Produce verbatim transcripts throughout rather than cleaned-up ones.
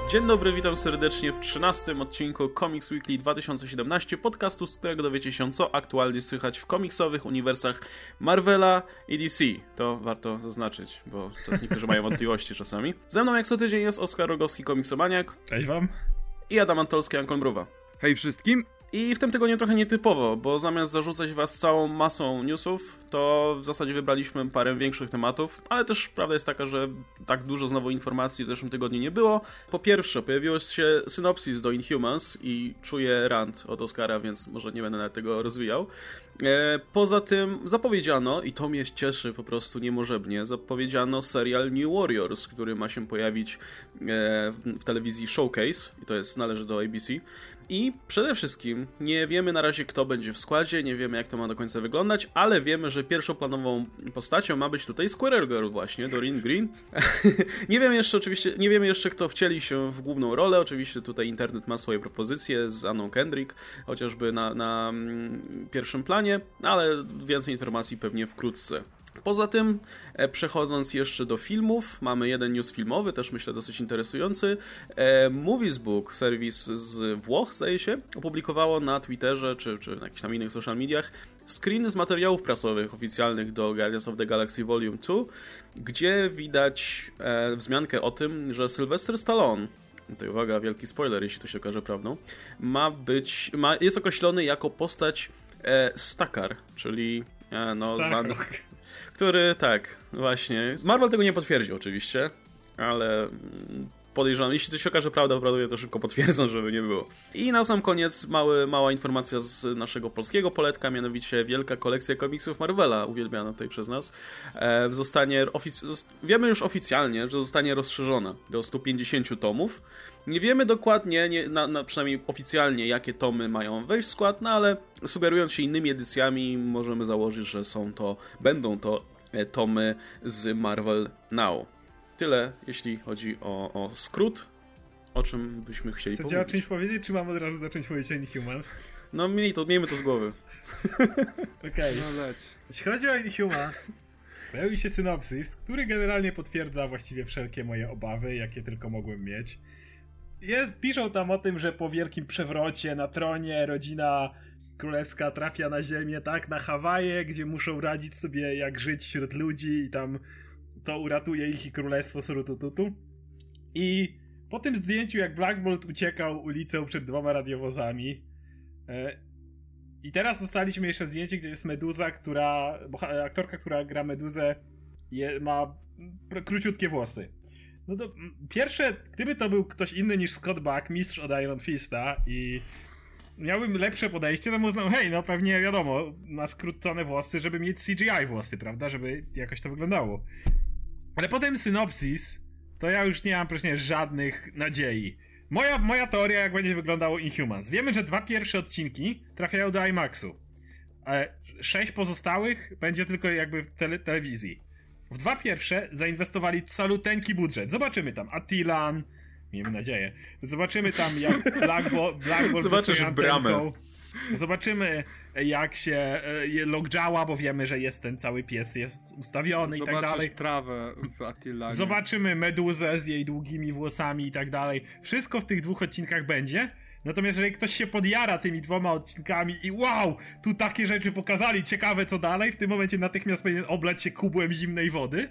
Dzień dobry, witam serdecznie w trzynastym odcinku Comics Weekly dwa tysiące siedemnaście, podcastu, z którego dowiecie się, co aktualnie słychać w komiksowych uniwersach Marvela i D C. To warto zaznaczyć, bo czas niektórzy mają wątpliwości czasami. Ze mną jak co tydzień jest Oskar Rogowski, komiksomaniak. Cześć wam. I Adam Antolski, Ankon Mruwa. Hej wszystkim. I w tym tygodniu trochę nietypowo, bo zamiast zarzucać was całą masą newsów, to w zasadzie wybraliśmy parę większych tematów, ale też prawda jest taka, że tak dużo znowu informacji w zeszłym tygodniu nie było. Po pierwsze, pojawiło się synopsis do Inhumans i czuję rant od Oskara, więc może nie będę nawet tego rozwijał. E, poza tym zapowiedziano, i to mnie cieszy po prostu niemożebnie, zapowiedziano serial New Warriors, który ma się pojawić e, w telewizji Showcase, i to jest, należy do A B C. I przede wszystkim nie wiemy na razie, kto będzie w składzie, nie wiemy, jak to ma do końca wyglądać, ale wiemy, że pierwszoplanową postacią ma być tutaj Squirrel Girl właśnie, Doreen Green. nie wiemy jeszcze oczywiście, nie wiemy jeszcze, kto wcieli się w główną rolę. Oczywiście tutaj internet ma swoje propozycje z Anną Kendrick, chociażby na, na mm, pierwszym planie, ale więcej informacji pewnie wkrótce. Poza tym, przechodząc jeszcze do filmów, mamy jeden news filmowy, też myślę dosyć interesujący. Movies Book, serwis z Włoch, zdaje się, opublikowało na Twitterze czy, czy na jakichś tam innych social mediach screen z materiałów prasowych oficjalnych do Guardians of the Galaxy Volume dwa, gdzie widać e, wzmiankę o tym, że Sylvester Stallone, tutaj uwaga, wielki spoiler, jeśli to się okaże prawdą, ma być, ma, jest określony jako postać e, Stakar, czyli e, no, zwany... Który, tak, właśnie. Marvel tego nie potwierdził oczywiście, ale podejrzewam, jeśli to się okaże prawda, prawdopodobnie to szybko potwierdzą, żeby nie było. I na sam koniec mały, mała informacja z naszego polskiego poletka, mianowicie wielka kolekcja komiksów Marvela, uwielbiana tutaj przez nas, e, zostanie, ofic- wiemy już oficjalnie, że zostanie rozszerzona do stu pięćdziesięciu tomów. Nie wiemy dokładnie, nie, na, na, przynajmniej oficjalnie, jakie tomy mają wejść w skład, no ale sugerując się innymi edycjami, możemy założyć, że są to, będą to e, tomy z Marvel Now. Tyle, jeśli chodzi o, o skrót, o czym byśmy chcieli Chcecie powiedzieć. o czymś powiedzieć, czy mam od razu zacząć mówić o Inhumans? No, miej to, miejmy to z głowy. Okej. Okay. No leć. Jeśli chodzi o Inhumans, pojawił się synopsis, który generalnie potwierdza właściwie wszelkie moje obawy, jakie tylko mogłem mieć. Jest, piszą tam o tym, że po wielkim przewrocie na tronie rodzina królewska trafia na ziemię, tak, na Hawaje, gdzie muszą radzić sobie, jak żyć wśród ludzi i tam to uratuje ich i królestwo Surutututu. I po tym zdjęciu, jak Black Bolt uciekał ulicą przed dwoma radiowozami, e, i teraz dostaliśmy jeszcze zdjęcie, gdzie jest Meduza, która, boha, aktorka, która gra Meduzę, je, ma króciutkie włosy. No to pierwsze, gdyby to był ktoś inny niż Scott Buck, mistrz od Iron Fista, i miałbym lepsze podejście, to bym uznał, hej, no pewnie wiadomo, ma skrócone włosy, żeby mieć C G I włosy, prawda, żeby jakoś to wyglądało. Ale potem synopsis, to ja już nie mam praktycznie żadnych nadziei. Moja, moja teoria, jak będzie wyglądało Inhumans. Wiemy, że dwa pierwsze odcinki trafiają do IMAXu, ale sześć pozostałych będzie tylko jakby w tele, telewizji. W dwa pierwsze zainwestowali caluteńki budżet. Zobaczymy tam Attilan, miejmy nadzieję. Zobaczymy tam jak Black Bolt, Black Bolt zobaczysz bramę. Zobaczymy jak się Lockjawa, bo wiemy, że jest ten cały pies, jest ustawiony i tak dalej. Zobaczysz trawę w Attilanie. Zobaczymy Meduzę z jej długimi włosami i tak dalej. Wszystko w tych dwóch odcinkach będzie. Natomiast jeżeli ktoś się podjara tymi dwoma odcinkami i wow, tu takie rzeczy pokazali, ciekawe co dalej, w tym momencie natychmiast powinien oblać się kubłem zimnej wody,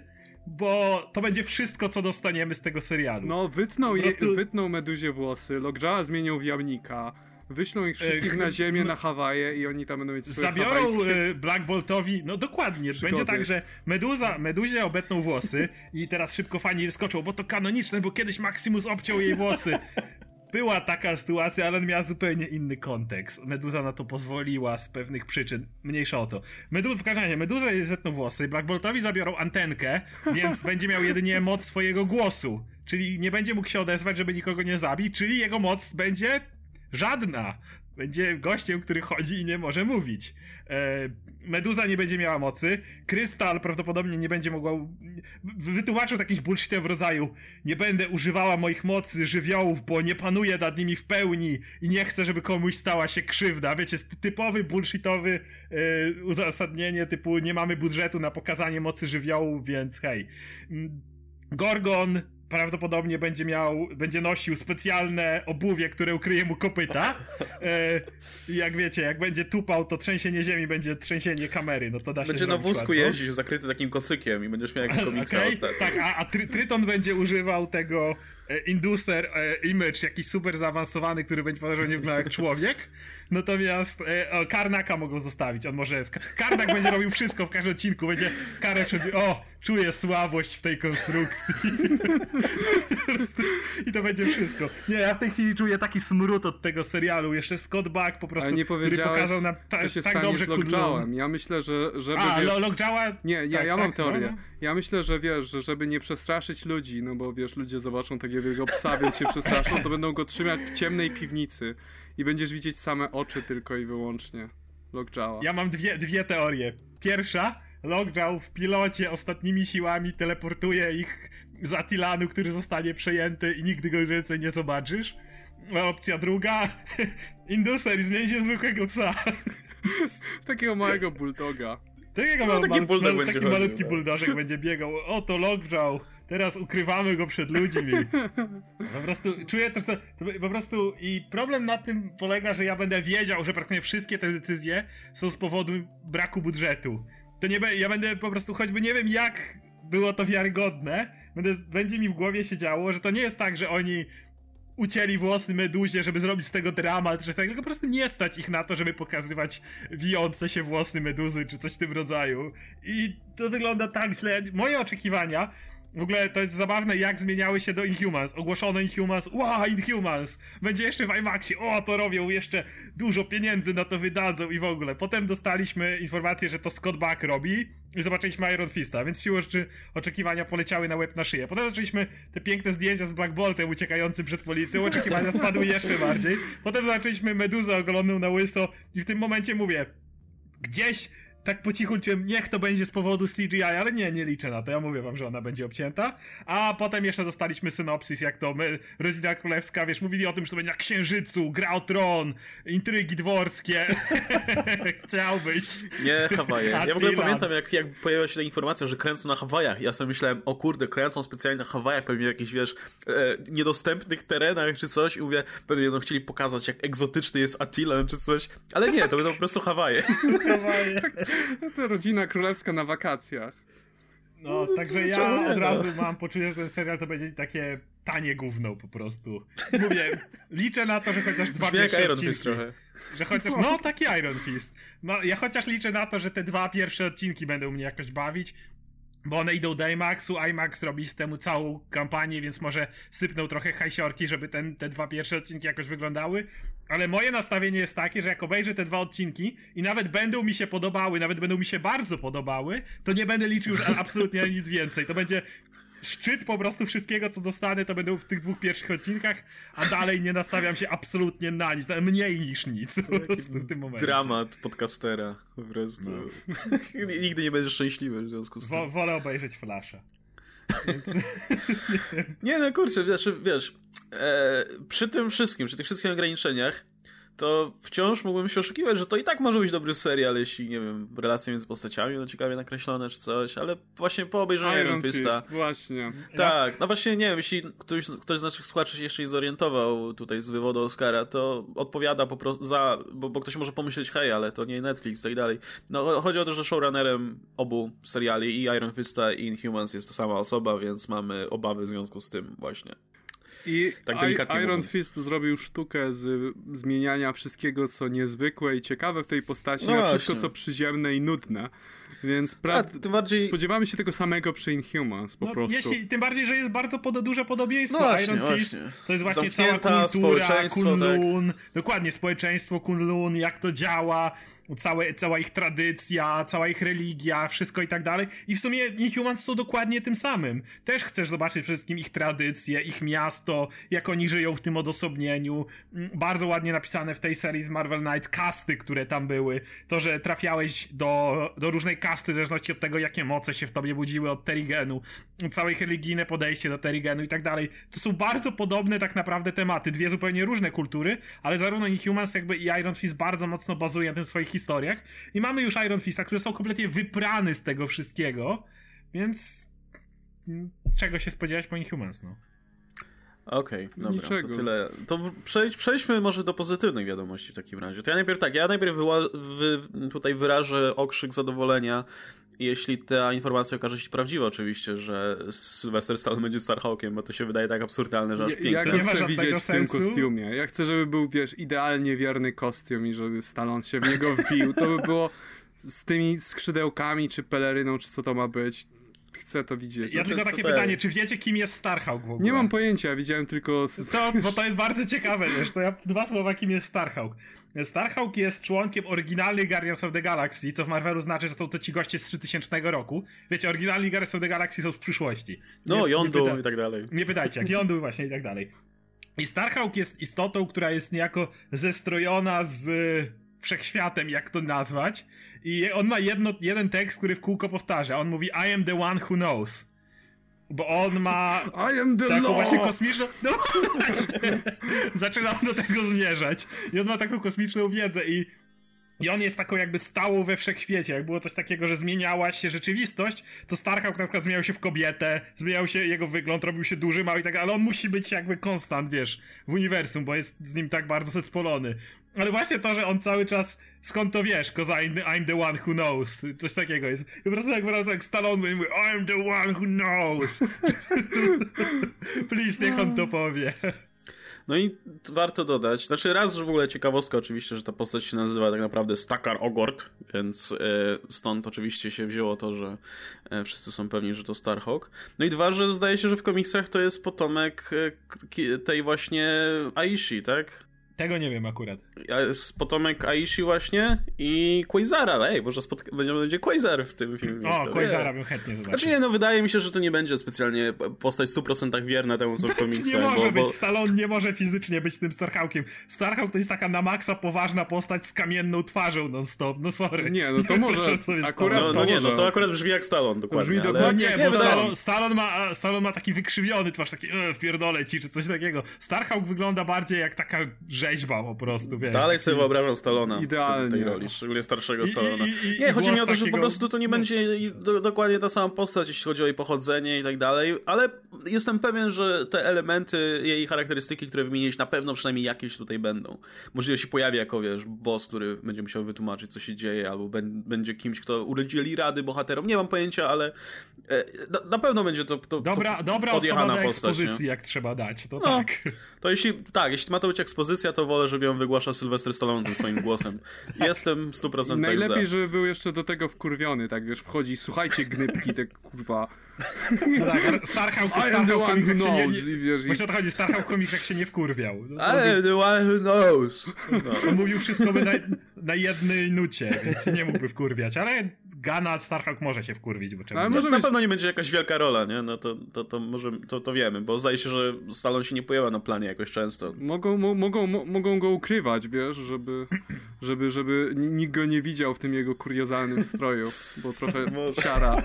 bo to będzie wszystko, co dostaniemy z tego serialu. No, wytną, po prostu... je, wytną Meduzie włosy, Lockjawa zmienią w jamnika, wyślą ich wszystkich na ziemię, na Hawaje i oni tam będą mieć swoje zabiorą hawajskie... Black Boltowi, no dokładnie, przygody. Będzie tak, że Meduza, Meduzie obetną włosy i teraz szybko fani wyskoczą, bo to kanoniczne, bo kiedyś Maximus obciął jej włosy. Była taka sytuacja, ale miała zupełnie inny kontekst. Meduza na to pozwoliła z pewnych przyczyn. Mniejsza o to. Medu- w każdym razie, Meduza zetną włosy, Black Boltowi zabiorą antenkę, więc będzie miał jedynie moc swojego głosu. Czyli nie będzie mógł się odezwać, żeby nikogo nie zabić, czyli jego moc będzie żadna. Będzie gościem, który chodzi i nie może mówić. E, Meduza nie będzie miała mocy. Krystal prawdopodobnie nie będzie mogła... Wytłumaczył jakiś bullshitem w rodzaju: nie będę używała moich mocy, żywiołów, bo nie panuję nad nimi w pełni i nie chcę, żeby komuś stała się krzywda. Wiecie, typowy bullshitowy e, uzasadnienie typu nie mamy budżetu na pokazanie mocy żywiołów, więc hej. Gorgon prawdopodobnie będzie miał, będzie nosił specjalne obuwie, które ukryje mu kopyta. E, I jak wiecie, jak będzie tupał, to trzęsienie ziemi będzie trzęsienie kamery, no to da się Będzie na wózku łatwo. jeździć, zakryty takim kocykiem i będziesz miał jakiś komiksa okay. ostatnio. Tak, a, a Try Tryton będzie używał tego e, Inducer e, Image, jakiś super zaawansowany, który będzie podejrzewam nie wyglądał jak człowiek. Natomiast e, o, Karnaka mogą zostawić, on może... W, Karnak będzie robił wszystko w każdym odcinku, będzie Karnak wszędzie, o, czuję słabość w tej konstrukcji. I to będzie wszystko. Nie, ja w tej chwili czuję taki smród od tego serialu, jeszcze Scott Buck po prostu, ale nie który pokazał nam ta, co się tak stanie dobrze z Lockjawem. Ja myślę, że żeby... A, wiesz... Lockjawa... Nie, nie, tak, ja tak, mam teorię. no. Ja myślę, że wiesz, że żeby nie przestraszyć ludzi, no bo wiesz, ludzie zobaczą takiego psa, więc się przestraszą, to będą go trzymać w ciemnej piwnicy i będziesz widzieć same oczy tylko i wyłącznie Lockjawa. Ja mam dwie, dwie teorie. Pierwsza, Lockjaw w pilocie ostatnimi siłami teleportuje ich z Attilanu, który zostanie przejęty i nigdy go więcej nie zobaczysz. Opcja druga, Inducer zmieni się w zwykłego psa. Takiego małego bulldoga. Takiego No, mal, taki mal, bulldog mal, będzie taki chodził, malutki no. buldożek będzie biegał. Oto Lockjaw, teraz ukrywamy go przed ludźmi. Po prostu czuję to, to, to po prostu i problem na tym polega, że ja będę wiedział, że praktycznie wszystkie te decyzje są z powodu braku budżetu. To nie be, ja będę po prostu, choćby nie wiem jak było to wiarygodne, będę, będzie mi w głowie się działo, że to nie jest tak, że oni ucięli włosy Meduzie, żeby zrobić z tego dramat, czy coś takiego, tylko po prostu nie stać ich na to, żeby pokazywać wijące się włosy Meduzy, czy coś w tym rodzaju. I to wygląda tak źle. Moje oczekiwania, w ogóle to jest zabawne, jak zmieniały się do Inhumans. Ogłoszono Inhumans, wow, Inhumans! Będzie jeszcze w IMAXie, o, to robią, jeszcze dużo pieniędzy na to wydadzą i w ogóle. Potem dostaliśmy informację, że to Scott Buck robi i zobaczyliśmy Iron Fista, więc siłą rzeczy oczekiwania poleciały na łeb na szyję. Potem zaczęliśmy te piękne zdjęcia z Black Boltem uciekającym przed policją, oczekiwania spadły jeszcze bardziej. Potem zaczęliśmy Meduzę ogoloną na łyso i w tym momencie mówię, gdzieś tak po cichu, czy niech to będzie z powodu C G I, ale nie, nie liczę na to, ja mówię wam, że ona będzie obcięta. A potem jeszcze dostaliśmy synopsis, jak to my, Rodzina Królewska, wiesz, mówili o tym, że to będzie na Księżycu, gra o tron, intrygi dworskie. Chciałbyś. Nie, Hawaje. Ja w ogóle Attilan. pamiętam, jak, jak pojawiła się ta informacja, że kręcą na Hawajach. Ja sobie myślałem, o kurde, kręcą specjalnie na Hawajach, pewnie w jakichś, wiesz, e, niedostępnych terenach czy coś i mówię, pewnie no, chcieli pokazać, jak egzotyczny jest Attilan czy coś, ale nie, to będą po prostu Hawaje. Hawaje. To Rodzina Królewska na wakacjach. No, także ja od razu mam poczucie, że ten serial to będzie takie tanie gówno po prostu. Mówię, liczę na to, że chociaż dwa Brzmi jak pierwsze Iron odcinki... Fist trochę. Że chociaż, no taki Iron Fist. No, ja chociaż liczę na to, że te dwa pierwsze odcinki będą mnie jakoś bawić, bo one idą do IMAXu, IMAX robi z temu całą kampanię, więc może sypną trochę hajsiorki, żeby ten, te dwa pierwsze odcinki jakoś wyglądały. Ale moje nastawienie jest takie, że jak obejrzę te dwa odcinki i nawet będą mi się podobały, nawet będą mi się bardzo podobały, to nie będę liczył już absolutnie na nic więcej. To będzie szczyt po prostu wszystkiego, co dostanę, to będą w tych dwóch pierwszych odcinkach, a dalej nie nastawiam się absolutnie na nic, na mniej niż nic po prostu w tym momencie. Dramat podcastera, po prostu. No. Nigdy nie będziesz szczęśliwy w związku z tym. Wo- wolę obejrzeć Flasha. Więc... Nie no kurczę, wiesz, wiesz e, przy tym wszystkim, przy tych wszystkich ograniczeniach, to wciąż mógłbym się oszukiwać, że to i tak może być dobry serial, jeśli, nie wiem, relacje między postaciami no ciekawie nakreślone czy coś, ale właśnie po obejrzeniu Iron Fista... Fist, właśnie. Tak, no właśnie nie wiem, jeśli ktoś, ktoś z naszych słuchaczy się jeszcze nie zorientował tutaj z wywodu Oscara, to odpowiada po prostu za, bo, bo ktoś może pomyśleć, hej, ale to nie Netflix i tak dalej. No chodzi o to, że showrunnerem obu seriali, i Iron Fista i Inhumans jest ta sama osoba, więc mamy obawy w związku z tym właśnie. I tak delikatnie Iron mówiąc. Fist zrobił sztukę z zmieniania wszystkiego, co niezwykłe i ciekawe w tej postaci, No na właśnie. wszystko, co przyziemne i nudne. Więc pra... A, tym bardziej... spodziewamy się tego samego przy Inhumans, po no, prostu. Jeśli, tym bardziej, że jest bardzo pod, duże podobieństwo. No właśnie, Iron Fist właśnie. to jest właśnie Zamknięta cała kultura społeczeństwo, Kunlun. Tak. Dokładnie, społeczeństwo Kunlun, jak to działa, całe, cała ich tradycja, cała ich religia, wszystko i tak dalej. I w sumie Inhumans są dokładnie tym samym. Też chcesz zobaczyć przede wszystkim ich tradycje, ich miasto, jak oni żyją w tym odosobnieniu. Bardzo ładnie napisane w tej serii z Marvel Knights kasty, które tam były. To, że trafiałeś do, do różnej kasty w zależności od tego, jakie moce się w tobie budziły od Terrigenu. Całe ich religijne podejście do Terrigenu i tak dalej. To są bardzo podobne tak naprawdę tematy. Dwie zupełnie różne kultury, ale zarówno Inhumans jakby i Iron Fist bardzo mocno bazuje na tym w swoich historiach. I mamy już Iron Fista, który są kompletnie wyprany z tego wszystkiego, więc czego się spodziewać po Inhumans, no. Okej, okay, dobra, Niczego. to tyle. To przejdź, przejdźmy może do pozytywnych wiadomości w takim razie. To ja najpierw tak, ja najpierw wyła- wy, tutaj wyrażę okrzyk zadowolenia, jeśli ta informacja okaże się prawdziwa oczywiście, że Sylvester Stallone będzie Starhawkiem, bo to się wydaje tak absurdalne, że aż Ja, piękne. ja Nie go ma chcę żadnego widzieć w tym sensu. kostiumie. Ja chcę, żeby był, wiesz, idealnie wierny kostium i żeby Stallone się w niego wbił. To by było z tymi skrzydełkami, czy peleryną, czy co to ma być. Chcę to widzieć. Ja to- tylko to takie tak. pytanie, czy wiecie, kim jest Starhawk w ogóle? Nie mam pojęcia, widziałem tylko... To, bo to jest bardzo ciekawe, wiesz, to ja dwa słowa, kim jest Starhawk. Starhawk jest członkiem oryginalnych Guardians of the Galaxy, co w Marvelu znaczy, że są to ci goście z trzytysięcznego roku. Wiecie, oryginalni Guardians of the Galaxy są z przyszłości. No, Nie- Yondu nie pyta- i tak dalej. Nie pytajcie, jak Yondu właśnie i tak dalej. I Starhawk jest istotą, która jest niejako zestrojona z wszechświatem, jak to nazwać. I on ma jedno, jeden tekst, który w kółko powtarza. On mówi I am the one who knows. Bo on ma I am the taką law! właśnie kosmiczną... No właśnie, zaczynam do tego zmierzać. I on ma taką kosmiczną wiedzę i... I on jest taką jakby stałą we wszechświecie. Jak było coś takiego, że zmieniała się rzeczywistość, to Starhawk na przykład zmieniał się w kobietę, zmieniał się jego wygląd, robił się duży, mały i tak, ale on musi być jakby konstant, wiesz, w uniwersum, bo jest z nim tak bardzo zespolony. Ale właśnie to, że on cały czas, skąd to wiesz, cause I'm, I'm the one who knows, coś takiego jest. I po prostu jak wraca jak Stallone i mówi, I'm the one who knows. Please, niech on to powie. No i warto dodać, znaczy raz, że w ogóle ciekawostka oczywiście, że ta postać się nazywa tak naprawdę Stakar Ogord, więc e, stąd oczywiście się wzięło to, że e, wszyscy są pewni, że to Starhawk. No i dwa, że zdaje się, że w komiksach to jest potomek e, k- tej właśnie Aishi, tak? Tego nie wiem akurat. Jest potomek Aishi właśnie i Quasara. Ej, może spotka- będzie, będzie Quasar w tym filmie. O, Kto Quasara wie. bym chętnie zobaczył. Znaczy nie, no wydaje mi się, że to nie będzie specjalnie postać w stu procentach wierna temu, co w komiksach. Nie może bo, być, bo... Stallone nie może fizycznie być tym Starhawkiem. Starhawk to jest taka na maksa poważna postać z kamienną twarzą non-stop, no sorry. Nie, no to może wyobrażam sobie akurat- No, to no nie, może. no to akurat brzmi jak Stallone, dokładnie. Brzmi ale... dokładnie Nie, jak bo nie wydaje Stallone, mi- Stallone, ma, Stallone ma taki wykrzywiony twarz, taki e, wpierdolę ci, czy coś takiego. Starhawk wygląda bardziej jak taka rzeźba po prostu, wiesz. Dalej taki... sobie wyobrażam Stallona Idealnie. w tej roli, szczególnie starszego I- Stallona. i- i- Nie, i chodzi mi głos o to, że takiego- po prostu to nie no. będzie do, dokładnie ta sama postać, jeśli chodzi o jej pochodzenie i tak dalej, ale jestem pewien, że te elementy, jej charakterystyki, które wymieniłeś, na pewno przynajmniej jakieś tutaj będą. Możliwe się pojawi jako, wiesz, boss, który będzie musiał wytłumaczyć, co się dzieje, albo ben, będzie kimś, kto udzieli rady bohaterom. Nie mam pojęcia, ale e, na, na pewno będzie to, to, Dobra, to dobra osoba odjechana do postać, ekspozycji, nie? jak trzeba dać, to No. tak. To jeśli, tak, jeśli ma to być ekspozycja, to wolę, żeby ją wygłaszał Sylvester Stallone tym swoim głosem. Jestem w stu procentach Najlepiej, za. żeby był jeszcze do tego wkurwiony, tak wiesz, wchodzi, słuchajcie gnypki, te kurwa. No tak, ale Starhawk, I am the Starhawk one who komiks, jak się nie, knows. nie, I wiesz, i... właśnie o to chodzi, Starhawk komiks, jak się nie wkurwiał. No, Ale the one who knows. No. On mówił wszystko by na, na jednej nucie, więc się nie mógłby wkurwiać, ale Gana Starhawk może się wkurwić, bo czemu Ale nie? może Na być... pewno nie będzie jakaś wielka rola, nie? No to, to, to może to, to wiemy, bo zdaje się, że Stallone się nie pojawia na planie jakoś często. Mogą, mo, mogą, mo, mogą go ukrywać, wiesz, żeby, żeby, żeby ni- nikt go nie widział w tym jego kuriozalnym stroju, bo trochę Może. siara.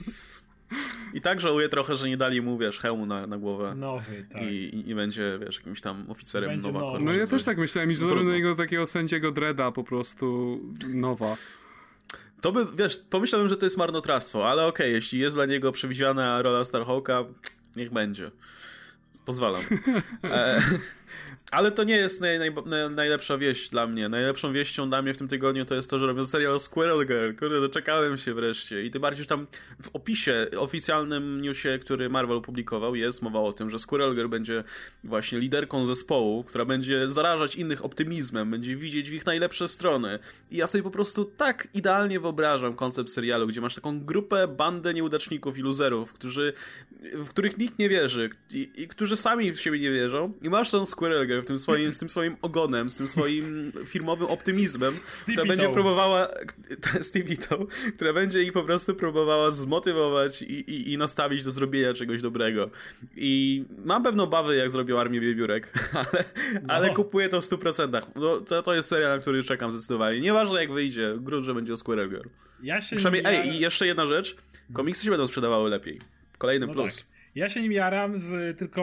I tak żałuję trochę, że nie dali mu, wiesz, hełmu na, na głowę. Nowy, tak. I, i, I będzie, wiesz, jakimś tam oficerem Będzie Nowa nowy. Korps No czy ja coś. też tak myślałem, i że No zrobią trudno. na niego takiego sędziego Dreda po prostu nowa. To by, wiesz, pomyślałem, że to jest marnotrawstwo, ale okej, jeśli jest dla niego przewidziana rola Starhawka, niech będzie. Pozwalam. E, ale to nie jest naj, naj, naj, najlepsza wieść dla mnie. Najlepszą wieścią dla mnie w tym tygodniu to jest to, że robią serial Squirrel Girl. Kurde, doczekałem się wreszcie. I tym bardziej, że tam w opisie, oficjalnym newsie, który Marvel opublikował, jest mowa o tym, że Squirrel Girl będzie właśnie liderką zespołu, która będzie zarażać innych optymizmem, będzie widzieć w ich najlepsze strony. I ja sobie po prostu tak idealnie wyobrażam koncept serialu, gdzie masz taką grupę, bandę nieudaczników i luzerów, którzy, w których nikt nie wierzy i, i którzy sami w siebie nie wierzą. I masz tą Squirrel Girl w tym swoim, z tym swoim ogonem, z tym swoim firmowym optymizmem, która będzie próbowała, z Tibitą, która będzie ich po prostu próbowała zmotywować i, i, i nastawić do zrobienia czegoś dobrego. I mam pewne obawy, jak zrobią Armię Wiewiórek, ale, ale No. kupuję to w stu procentach. No, to, to jest serial, na który czekam zdecydowanie. Nieważne jak wyjdzie, grunt, że będzie o Squirrel Girl. Ja się Przynajmniej, nim ej, i jeszcze jedna rzecz, komiksy się będą sprzedawały lepiej. Kolejny No plus. tak. Ja się nim jaram z tylko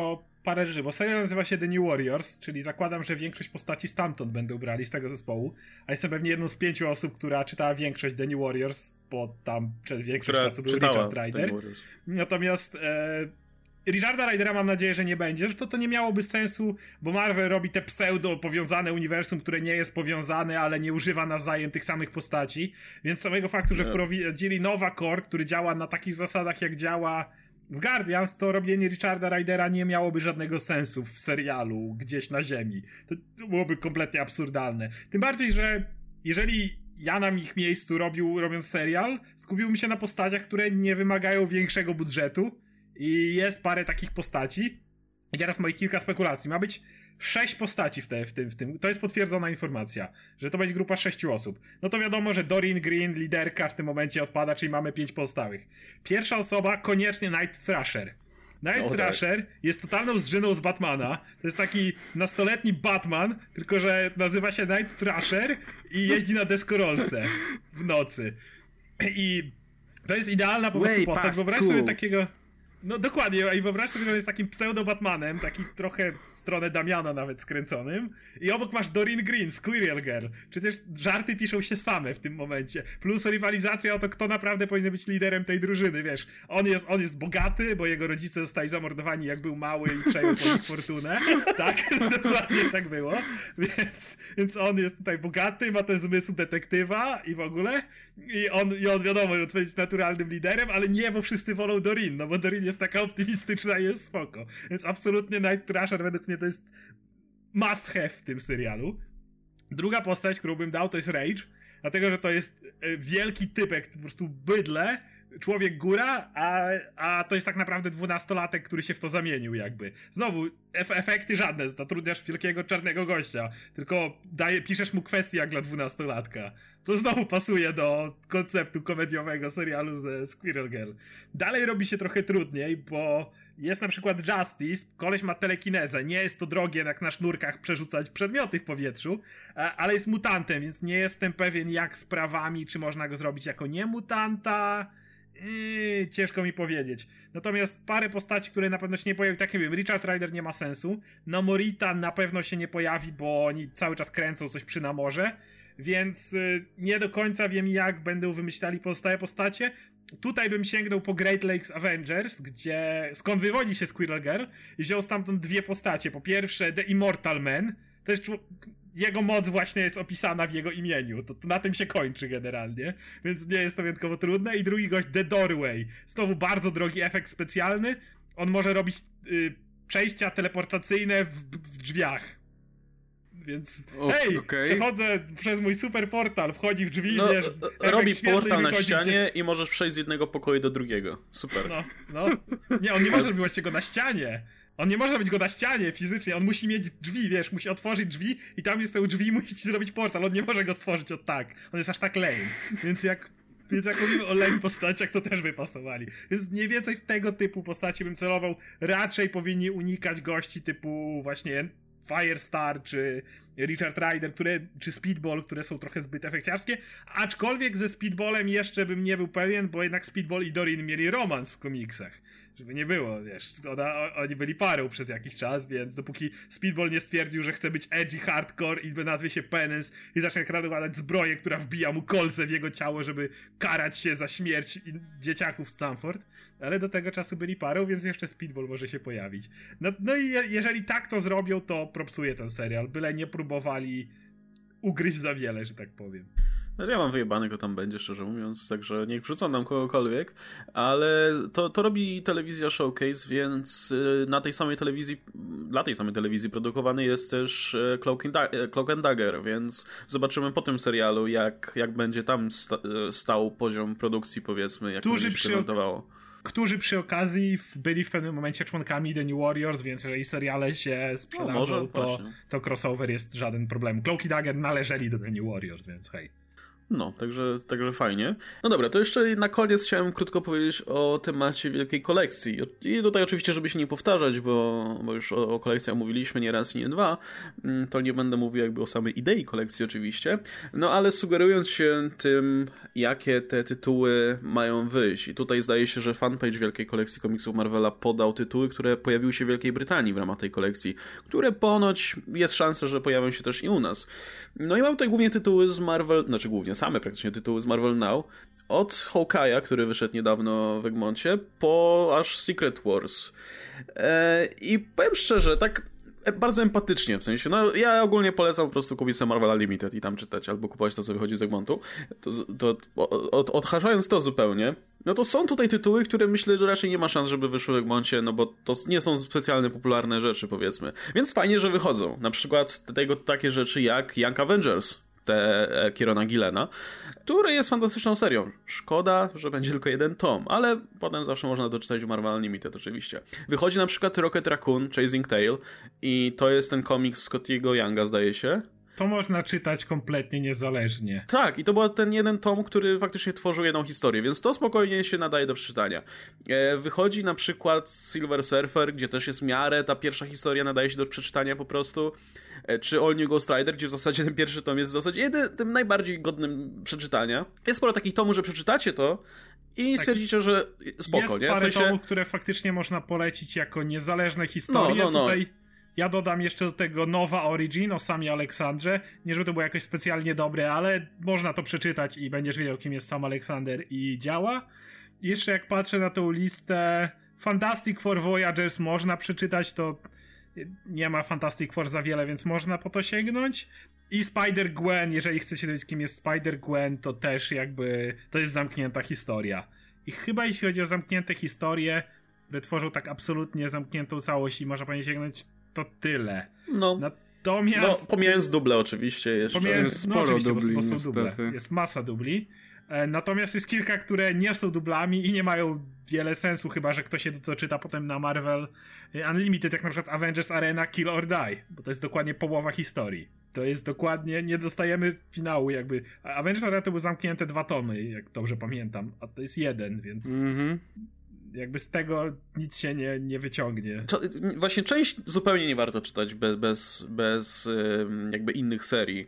parę rzeczy, bo serial nazywa się The New Warriors, czyli zakładam, że większość postaci stamtąd będą brali z tego zespołu, a jestem pewnie jedną z pięciu osób, która czytała większość The New Warriors, bo tam przez większość która czasu był Richard Rider. Warriors. Natomiast e, Richarda Rydera mam nadzieję, że nie będzie, że to, to nie miałoby sensu, bo Marvel robi te pseudo powiązane uniwersum, które nie jest powiązane, ale nie używa nawzajem tych samych postaci, więc samego faktu, że wprowadzili Nova Corps, który działa na takich zasadach, jak działa w Guardians, to robienie Richarda Rydera nie miałoby żadnego sensu w serialu gdzieś na ziemi. To, to byłoby kompletnie absurdalne. Tym bardziej, że jeżeli ja na ich miejscu robił, robiąc serial, skupiłbym się na postaciach, które nie wymagają większego budżetu i jest parę takich postaci. I teraz moich kilka spekulacji. Ma być sześć postaci w, te, w, tym, w tym. To jest potwierdzona informacja, że to będzie grupa sześciu osób. No to wiadomo, że Doreen Green, liderka, w tym momencie odpada, czyli mamy pięć pozostałych. Pierwsza osoba koniecznie Night Thrasher. Night no, Thrasher tak. jest totalną zżyną z Batmana. To jest taki nastoletni Batman, tylko że nazywa się Night Thrasher i jeździ na deskorolce w nocy. I to jest idealna po prostu postać. Wyobraź cool. sobie takiego... No dokładnie, i wyobraź sobie, że jest takim pseudo-Batmanem, taki trochę w stronę Damiana nawet skręconym, i obok masz Doreen Green, Squirrel Girl. Przecież żarty piszą się same w tym momencie. Plus rywalizacja o to, kto naprawdę powinien być liderem tej drużyny, wiesz. On jest, on jest bogaty, bo jego rodzice zostali zamordowani, jak był mały i przejął po nich fortunę. Tak, dokładnie tak było. Więc, więc on jest tutaj bogaty, ma ten zmysł detektywa i w ogóle. I on, i on wiadomo, że będzie naturalnym liderem, ale nie, bo wszyscy wolą Doreen, no bo Doreen jest taka optymistyczna i jest spoko. Więc absolutnie Night Thrasher według mnie to jest must have w tym serialu. Druga postać, którą bym dał, to jest Rage, dlatego, że to jest wielki typek, po prostu bydle, człowiek góra, a, a to jest tak naprawdę dwunastolatek, który się w to zamienił jakby. Znowu, ef efekty żadne, zatrudniasz wielkiego czarnego gościa, tylko daje, piszesz mu kwestie jak dla dwunastolatka. To znowu pasuje do konceptu komediowego serialu ze Squirrel Girl. Dalej robi się trochę trudniej, bo jest na przykład Justice, koleś ma telekinezę, nie jest to drogie jak na sznurkach przerzucać przedmioty w powietrzu, ale jest mutantem, więc nie jestem pewien jak z prawami, czy można go zrobić jako niemutanta. Yy, ciężko mi powiedzieć. Natomiast parę postaci, które na pewno się nie pojawią, tak jak wiem, Richard Rider nie ma sensu, Namorita na pewno się nie pojawi, bo oni cały czas kręcą coś przy Namorze, więc yy, nie do końca wiem jak będą wymyślali pozostałe postacie. Tutaj bym sięgnął po Great Lakes Avengers, gdzie skąd wywodzi się Squirrel Girl i wziął stamtąd dwie postacie. Po pierwsze The Immortal Man, to jest jego moc właśnie jest opisana w jego imieniu. To, to na tym się kończy generalnie, więc nie jest to wyjątkowo trudne. I drugi gość, The Doorway. Znowu bardzo drogi efekt specjalny. On może robić y, przejścia teleportacyjne w, w drzwiach. Więc o, hej, okay. przechodzę przez mój super portal, wchodzi w drzwi, no, wiesz... Robi portal na ścianie gdzie... i możesz przejść z jednego pokoju do drugiego. Super. No, no. Nie, on nie może robić go na ścianie. On nie może robić go na ścianie fizycznie, on musi mieć drzwi, wiesz, musi otworzyć drzwi i tam jest te drzwi i musi ci zrobić portal, on nie może go stworzyć od tak. On jest aż tak lame. Więc jak, więc jak mówimy o lame postaciach, to też by pasowali. Więc mniej więcej w tego typu postaci bym celował. Raczej powinni unikać gości typu właśnie Firestar czy Richard Rider, które, czy Speedball, które są trochę zbyt efekciarskie, aczkolwiek ze Speedballem jeszcze bym nie był pewien, bo jednak Speedball i Doreen mieli romans w komiksach. Żeby nie było, wiesz, ona, oni byli parą przez jakiś czas, więc dopóki Speedball nie stwierdził, że chce być edgy hardcore i nazwie się Penance i zacznie nakładać zbroję, która wbija mu kolce w jego ciało, żeby karać się za śmierć dzieciaków Stanford, ale do tego czasu byli parą, więc jeszcze Speedball może się pojawić. No, no i je, jeżeli tak to zrobią, to propsuje ten serial, byle nie próbowali ugryźć za wiele, że tak powiem. Ja mam wyjebany, kto tam będzie, szczerze mówiąc, także niech wrzucą nam kogokolwiek, ale to, to robi telewizja Showcase, więc na tej samej telewizji, dla tej samej telewizji produkowany jest też Cloak and, da- Cloak and Dagger, więc zobaczymy po tym serialu, jak, jak będzie tam sta- stał poziom produkcji, powiedzmy, jak to się przy... prezentowało. Którzy przy okazji byli w pewnym momencie członkami The New Warriors, więc jeżeli seriale się sprzedadzą, no, może, to, to crossover jest żaden problem. Cloak i Dagger należeli do The New Warriors, więc hej. No, także, także fajnie. No dobra, to jeszcze na koniec chciałem krótko powiedzieć o temacie wielkiej kolekcji. I tutaj oczywiście, żeby się nie powtarzać, bo, bo już o, o kolekcjach mówiliśmy nie raz i nie dwa, to nie będę mówił jakby o samej idei kolekcji oczywiście, no ale sugerując się tym, jakie te tytuły mają wyjść. I tutaj zdaje się, że fanpage wielkiej kolekcji komiksów Marvela podał tytuły, które pojawiły się w Wielkiej Brytanii w ramach tej kolekcji, które ponoć jest szansa, że pojawią się też i u nas. No i mam tutaj głównie tytuły z Marvel, znaczy głównie same praktycznie tytuły z Marvel Now, od Hawkeye'a, który wyszedł niedawno w Egmoncie, po aż Secret Wars. Eee, I powiem szczerze, tak bardzo empatycznie, w sensie, no ja ogólnie polecam po prostu kupić sobie Marvel Unlimited i tam czytać, albo kupować to, co wychodzi z Egmontu. To, to, od, odhaczając to zupełnie, no to są tutaj tytuły, które myślę, że raczej nie ma szans, żeby wyszły w Egmoncie, no bo to nie są specjalnie popularne rzeczy, powiedzmy. Więc fajnie, że wychodzą. Na przykład tego, takie rzeczy jak Young Avengers, te Kierona Gillena, który jest fantastyczną serią. Szkoda, że będzie tylko jeden tom, ale potem zawsze można doczytać w Marvel Unlimited oczywiście. Wychodzi na przykład Rocket Raccoon, Chasing Tail i to jest ten komiks Scottiego Younga, zdaje się. To można czytać kompletnie niezależnie. Tak, i to był ten jeden tom, który faktycznie tworzył jedną historię, więc to spokojnie się nadaje do przeczytania. E, wychodzi na przykład Silver Surfer, gdzie też jest w miarę ta pierwsza historia nadaje się do przeczytania po prostu. E, czy All New Ghost Rider, gdzie w zasadzie ten pierwszy tom jest w zasadzie jeden, tym najbardziej godnym przeczytania. Jest sporo takich tomów, że przeczytacie to i stwierdzicie, tak, że spoko, jest nie? Jest parę w sensie... tomów, które faktycznie można polecić jako niezależne historie. No, no, no. Tutaj ja dodam jeszcze do tego Nowa Origin o Samie Aleksandrze. Nie, żeby to było jakoś specjalnie dobre, ale można to przeczytać i będziesz wiedział, kim jest Sam Aleksander i działa. I jeszcze jak patrzę na tą listę Fantastic Four Voyagers można przeczytać, to nie ma Fantastic Four za wiele, więc można po to sięgnąć. I Spider-Gwen, jeżeli chcecie wiedzieć, kim jest Spider-Gwen, to też jakby to jest zamknięta historia. I chyba jeśli chodzi o zamknięte historie, które tworzą tak absolutnie zamkniętą całość i można powiedzieć sięgnąć, to tyle. No. Natomiast... No, pomijając duble oczywiście jeszcze. Pomijając, jest no sporo oczywiście, dubli, bo, bo są niestety. duble. Jest masa dubli. E, natomiast jest kilka, które nie są dublami i nie mają wiele sensu, chyba że ktoś się doczyta potem na Marvel Unlimited, jak na przykład Avengers Arena Kill or Die, bo to jest dokładnie połowa historii. To jest dokładnie, nie dostajemy finału jakby. Avengers Arena to były zamknięte dwa tomy, jak dobrze pamiętam, a to jest jeden, więc... Mm-hmm. Jakby z tego nic się nie, nie wyciągnie. Właśnie część zupełnie nie warto czytać bez, bez, bez jakby innych serii,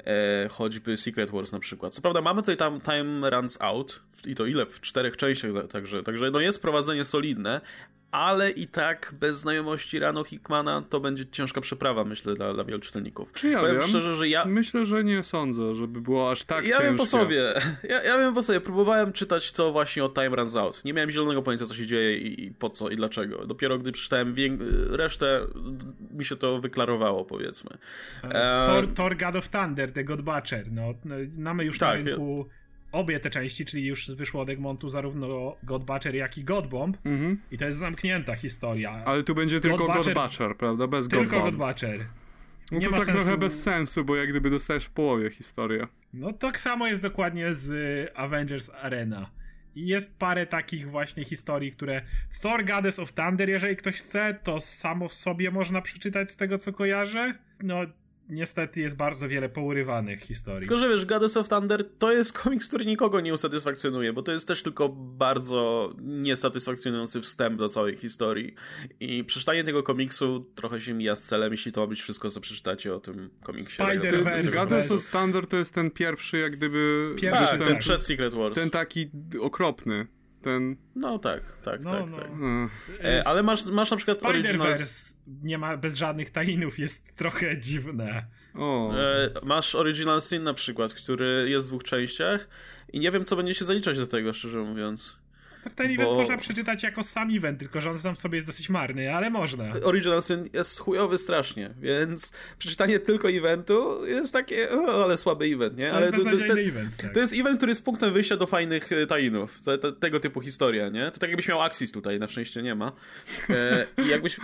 choćby Secret Wars na przykład. Co prawda mamy tutaj tam Time Runs Out i to ile? W czterech częściach, także, także no jest prowadzenie solidne, ale i tak bez znajomości Rano Hickmana to będzie ciężka przeprawa, myślę, dla, dla wielu czytelników. Czy ja Powiem wiem? szczerze, że ja... Myślę, że nie sądzę, żeby było aż tak ja ciężkie. Wiem po sobie. Ja, ja wiem po sobie. Próbowałem czytać to właśnie o Time Runs Out. Nie miałem zielonego pojęcia, co się dzieje i, i po co i dlaczego. Dopiero gdy przeczytałem wiek... resztę, mi się to wyklarowało, powiedzmy. E... Thor, Thor God of Thunder, The God Butcher. No, mamy już tak, na rynku... Ja... obie te części, czyli już wyszło od Egmontu zarówno God Butcher, jak i God Bomb. Mm-hmm. I to jest zamknięta historia. Ale tu będzie God tylko Butcher, God Butcher, prawda? Bez tylko God Bomb. God Butcher. No nie to ma tak sensu... trochę bez sensu, bo jak gdyby dostajesz w połowie historię. No tak samo jest dokładnie z Avengers Arena. I jest parę takich właśnie historii, które... Thor Goddess of Thunder, jeżeli ktoś chce, to samo w sobie można przeczytać z tego, co kojarzę. No... Niestety jest bardzo wiele pourywanych historii. Tylko, że wiesz, Goddess of Thunder to jest komiks, który nikogo nie usatysfakcjonuje, bo to jest też tylko bardzo niesatysfakcjonujący wstęp do całej historii. I przeczytanie tego komiksu trochę się mija z celem, jeśli to ma być wszystko, co przeczytacie o tym komiksie. Spider-Verse. Goddess of Thunder to jest ten pierwszy, jak gdyby... Pierwszy, tak, ten, ten przed Secret Wars. Ten taki okropny. Ten... No tak, tak, no, tak. No. tak. E, ale masz, masz na przykład Spider-Verse original... nie ma bez żadnych tie-inów, jest trochę dziwne. O. E, masz Original Sin na przykład, który jest w dwóch częściach i nie wiem, co będzie się zaliczać do tego, szczerze mówiąc. Ten event bo... można przeczytać jako sam event, tylko że on sam w sobie jest dosyć marny, ale można. Original Sin jest chujowy strasznie, więc przeczytanie tylko eventu jest takie, o, ale słaby event, nie? To ale jest beznadziejny event, tak. To jest event, który jest punktem wyjścia do fajnych tajinów, te, te, tego typu historia, nie? To tak jakbyś miał Axis tutaj, na szczęście nie ma. E, I jakbyś...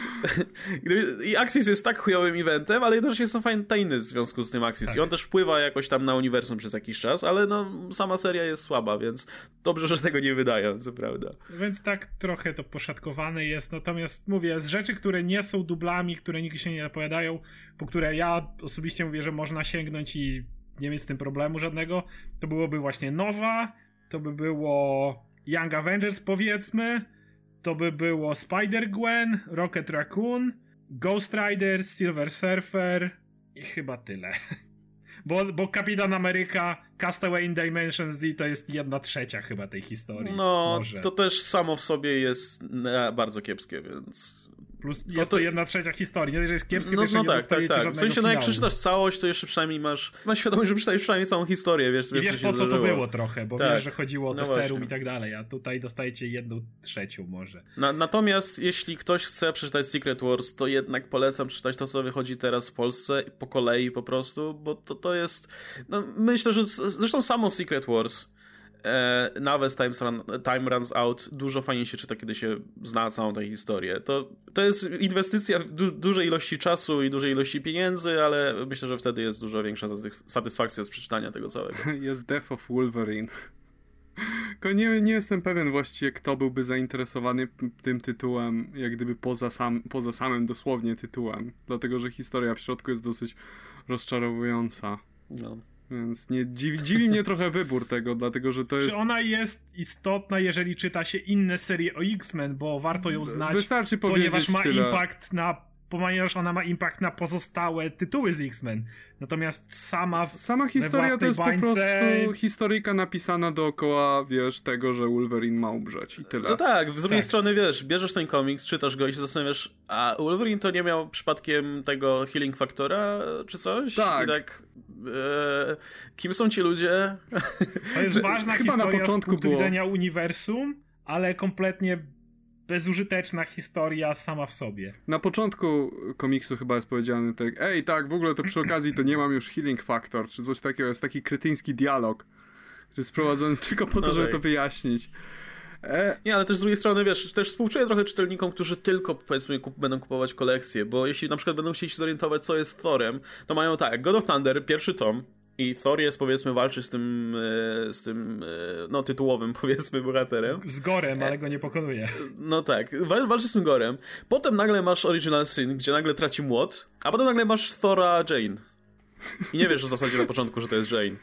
I Axis jest tak chujowym eventem, ale jednocześnie są fajne tajny w związku z tym Axis tak. I on też wpływa jakoś tam na uniwersum przez jakiś czas, ale no sama seria jest słaba, więc dobrze, że tego nie wydają, co prawda. Więc tak trochę to poszatkowane jest, natomiast mówię, z rzeczy, które nie są dublami, które nigdy się nie opowiadają, po które ja osobiście mówię, że można sięgnąć i nie mieć z tym problemu żadnego, to byłoby właśnie Nova, to by było Young Avengers powiedzmy, to by było Spider-Gwen, Rocket Raccoon, Ghost Rider, Silver Surfer i chyba tyle. Bo, bo Kapitan Ameryka, Castaway in Dimension Z to jest jedna trzecia chyba tej historii. No, może. to też samo w sobie jest e, bardzo kiepskie, więc... Plus to, jest to to jedna trzecia historii. Nie dość, że jest kiepskie, no, to jeszcze no nie tak, dostajecie tak, tak. żadnego W sensie, no jak finału. przeczytasz całość, to jeszcze przynajmniej masz, masz świadomość, że przeczytałeś przynajmniej całą historię, wiesz, I wiesz wiesz, co po się co to zdarzyło. było trochę, bo Tak. wiesz, że chodziło o No te serum właśnie. i tak dalej, a tutaj dostajecie jedną trzecią może. Na, natomiast jeśli ktoś chce przeczytać Secret Wars, to jednak polecam przeczytać to, co wychodzi teraz w Polsce, po kolei po prostu, bo to, to jest... No, myślę, że z, zresztą samo Secret Wars, e, nawet Time, run, Time Runs Out, dużo fajnie się czyta, kiedy się zna całą tę historię. To, to jest inwestycja w du, dużej ilości czasu i dużej ilości pieniędzy, ale myślę, że wtedy jest dużo większa satysfakcja z przeczytania tego całego. Jest Death of Wolverine. Tylko nie, nie jestem pewien właściwie, kto byłby zainteresowany p- tym tytułem, jak gdyby poza, sam, poza samym dosłownie tytułem. Dlatego, że historia w środku jest dosyć rozczarowująca. No. Więc nie, dziwi, dziwi mnie trochę wybór tego, dlatego, że to jest... Czy ona jest istotna, jeżeli czyta się inne serie o X-Men, bo warto ją znać, Wystarczy ponieważ powiedzieć ma tyle. impact na ponieważ ona ma impact na pozostałe tytuły z X-Men. Natomiast sama w, Sama historia to jest bańce... po prostu historyjka napisana dookoła, wiesz, tego, że Wolverine ma umrzeć i tyle. No tak, z drugiej Tak. strony, wiesz, bierzesz ten komiks, czytasz go i się zastanawiasz, a Wolverine to nie miał przypadkiem tego healing faktora, czy coś? Tak. I tak, e, kim są ci ludzie? To jest ważna Chyba na historia z początku punktu było- widzenia uniwersum, ale kompletnie bezużyteczna historia sama w sobie. Na początku komiksu chyba jest powiedziane tak, ej, tak, w ogóle to przy okazji to nie mam już healing factor, czy coś takiego, jest taki kretyński dialog, który jest sprowadzony tylko po to, No żeby tak. to wyjaśnić. E, Nie, ale też z drugiej strony, wiesz, też współczuję trochę czytelnikom, którzy tylko, powiedzmy, kup, będą kupować kolekcje, bo jeśli na przykład będą chcieli się zorientować, co jest Thorem, to mają tak, God of Thunder, pierwszy tom, i Thor jest, powiedzmy, walczy z tym, e, z tym, e, no, tytułowym, powiedzmy, bohaterem. Z Gorem, ale go nie pokonuje. No tak, wal, walczy z tym Gorem. Potem nagle masz Original Sin, gdzie nagle traci młot, a potem nagle masz Thora Jane. I nie wiesz w zasadzie na początku, że to jest Jane.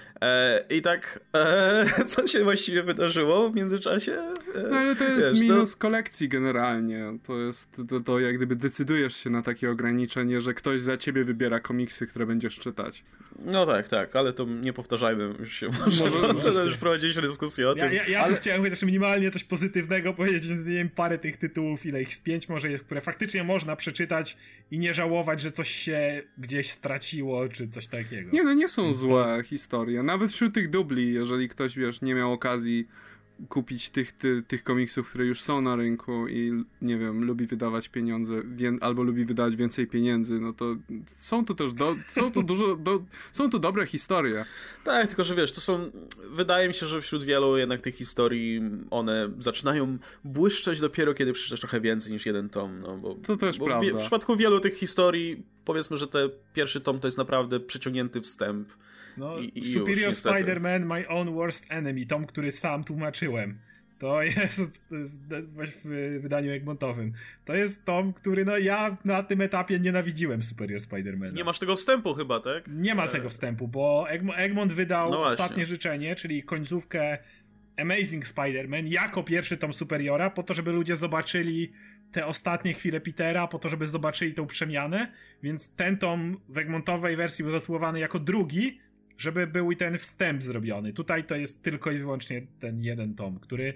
E, I tak, e, co się właściwie wydarzyło w międzyczasie? E, no ale to jest wiesz, minus to... kolekcji generalnie. To jest, to, to jak gdyby decydujesz się na takie ograniczenie, że ktoś za ciebie wybiera komiksy, które będziesz czytać. No tak, tak, ale to nie powtarzajmy już się. Może, Może- może może- już prowadziliśmy dyskusję o Ja, tym. ja, ja Ale- tu chciałem chociaż minimalnie coś pozytywnego powiedzieć, więc nie wiem, parę tych tytułów, ile ich z pięć może jest, które faktycznie można przeczytać i nie żałować, że coś się gdzieś straciło, czy coś takiego. Nie, no nie są Więc to- złe historie. Nawet wśród tych dubli, jeżeli ktoś, wiesz, nie miał okazji kupić tych, ty, tych komiksów, które już są na rynku i, nie wiem, lubi wydawać pieniądze, wię, albo lubi wydawać więcej pieniędzy, no to są to też, do, są to dużo, do, są to dobre historie. Tak, tylko że wiesz, to są, wydaje mi się, że wśród wielu jednak tych historii one zaczynają błyszczeć dopiero, kiedy przeczytasz trochę więcej niż jeden tom, no bo... To też bo prawda. W, w przypadku wielu tych historii, powiedzmy, że ten pierwszy tom to jest naprawdę przeciągnięty wstęp. No, I- i Superior już, niestety. Spider-Man, My Own Worst Enemy, tom, który sam tłumaczyłem. To jest w, w wydaniu Egmontowym. To jest tom, który no ja na tym etapie nienawidziłem Superior Spider-Mana. Nie masz tego wstępu chyba, tak? Nie ma tego wstępu, bo Egm- Egmont wydał No właśnie. Ostatnie Życzenie, czyli końcówkę Amazing Spider-Man jako pierwszy tom Superiora, po to, żeby ludzie zobaczyli te ostatnie chwile Petera, po to, żeby zobaczyli tą przemianę, więc ten tom w Egmontowej wersji był zatytułowany jako drugi, żeby był i ten wstęp zrobiony. Tutaj to jest tylko i wyłącznie ten jeden tom, który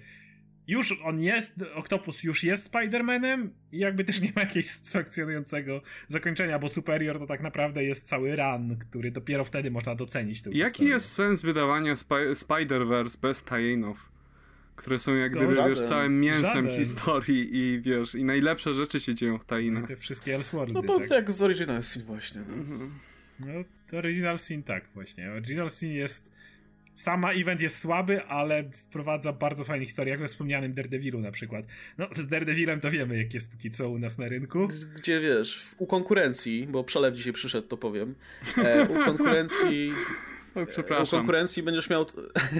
już on jest, Octopus już jest Spider-Manem i jakby też nie ma jakiegoś satysfakcjonującego zakończenia, bo Superior to tak naprawdę jest cały run, który dopiero wtedy można docenić tę Jaki historię. jest sens wydawania Spi- Spider-Verse bez tie-inów? Które są jak To gdyby, żaden. wiesz, całym mięsem Żaden. historii i wiesz, i najlepsze rzeczy się dzieją w tie-inach. Te wszystkie Elseworldy, No to tak? jak z Original Sin właśnie. No. No, to Original Sin tak właśnie. Original Sin jest... Sama event jest słaby, ale wprowadza bardzo fajne historie, jak we wspomnianym Daredevilu na przykład. No, z Daredevilem to wiemy, jak jest póki co u nas na rynku. Gdzie wiesz, u konkurencji, bo przelew dzisiaj przyszedł, to powiem. E, u konkurencji. O, U przepraszam. konkurencji będziesz miał.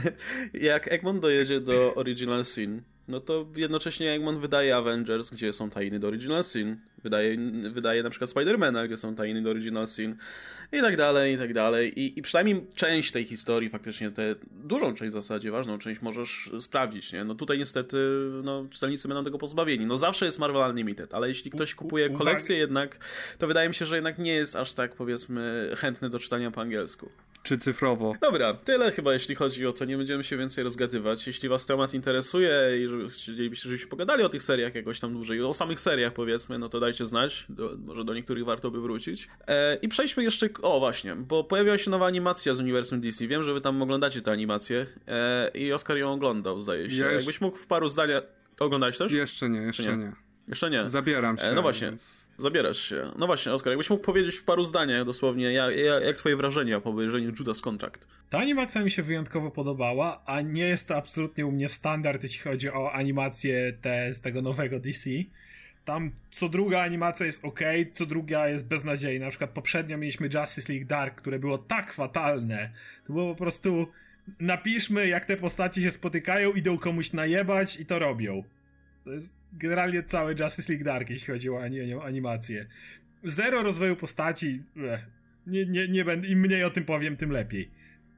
Jak Egmont dojedzie do Original Sin, no to jednocześnie Egmont wydaje Avengers, gdzie są tajny do Original Sin. wydaje, wydaje na przykład Spidermana, gdzie są tajny do original sin i tak dalej, i tak dalej. I, I przynajmniej część tej historii, faktycznie tę dużą część w zasadzie, ważną część możesz sprawdzić, nie? No tutaj niestety no, czytelnicy będą tego pozbawieni. No zawsze jest Marvel Unlimited, ale jeśli ktoś kupuje kolekcję jednak, to wydaje mi się, że jednak nie jest aż tak, powiedzmy, chętny do czytania po angielsku. Czy cyfrowo. Dobra, tyle chyba jeśli chodzi o to, nie będziemy się więcej rozgadywać. Jeśli was temat interesuje i żeby chcielibyście, żebyśmy pogadali o tych seriach jakoś tam dłużej, o samych seriach powiedzmy, no to dajcie znać, do, może do niektórych warto by wrócić. E, I przejdźmy jeszcze, o właśnie, bo pojawiła się nowa animacja z uniwersum D C, wiem, że wy tam oglądacie tę animację e, i Oskar ją oglądał, zdaje się. Ja już... Jakbyś mógł w paru zdaniach... Oglądałeś też? Jeszcze nie, jeszcze nie. nie. Jeszcze nie. Zabieram się. E, no właśnie, więc... zabierasz się. No właśnie, Oskar, jakbyś mógł powiedzieć w paru zdaniach dosłownie, jak, jak twoje wrażenia po obejrzeniu Judas Contract? Ta animacja mi się wyjątkowo podobała, a nie jest to absolutnie u mnie standard, jeśli chodzi o animację te, z tego nowego D C. Tam co druga animacja jest ok, co druga jest beznadziejna. Na przykład poprzednio mieliśmy Justice League Dark, które było tak fatalne. To było po prostu napiszmy, jak te postacie się spotykają, idą komuś najebać i to robią. To jest generalnie cały Justice League Dark, jeśli chodzi o animację. Zero rozwoju postaci. Ech, nie, nie, nie będę, im mniej o tym powiem, tym lepiej.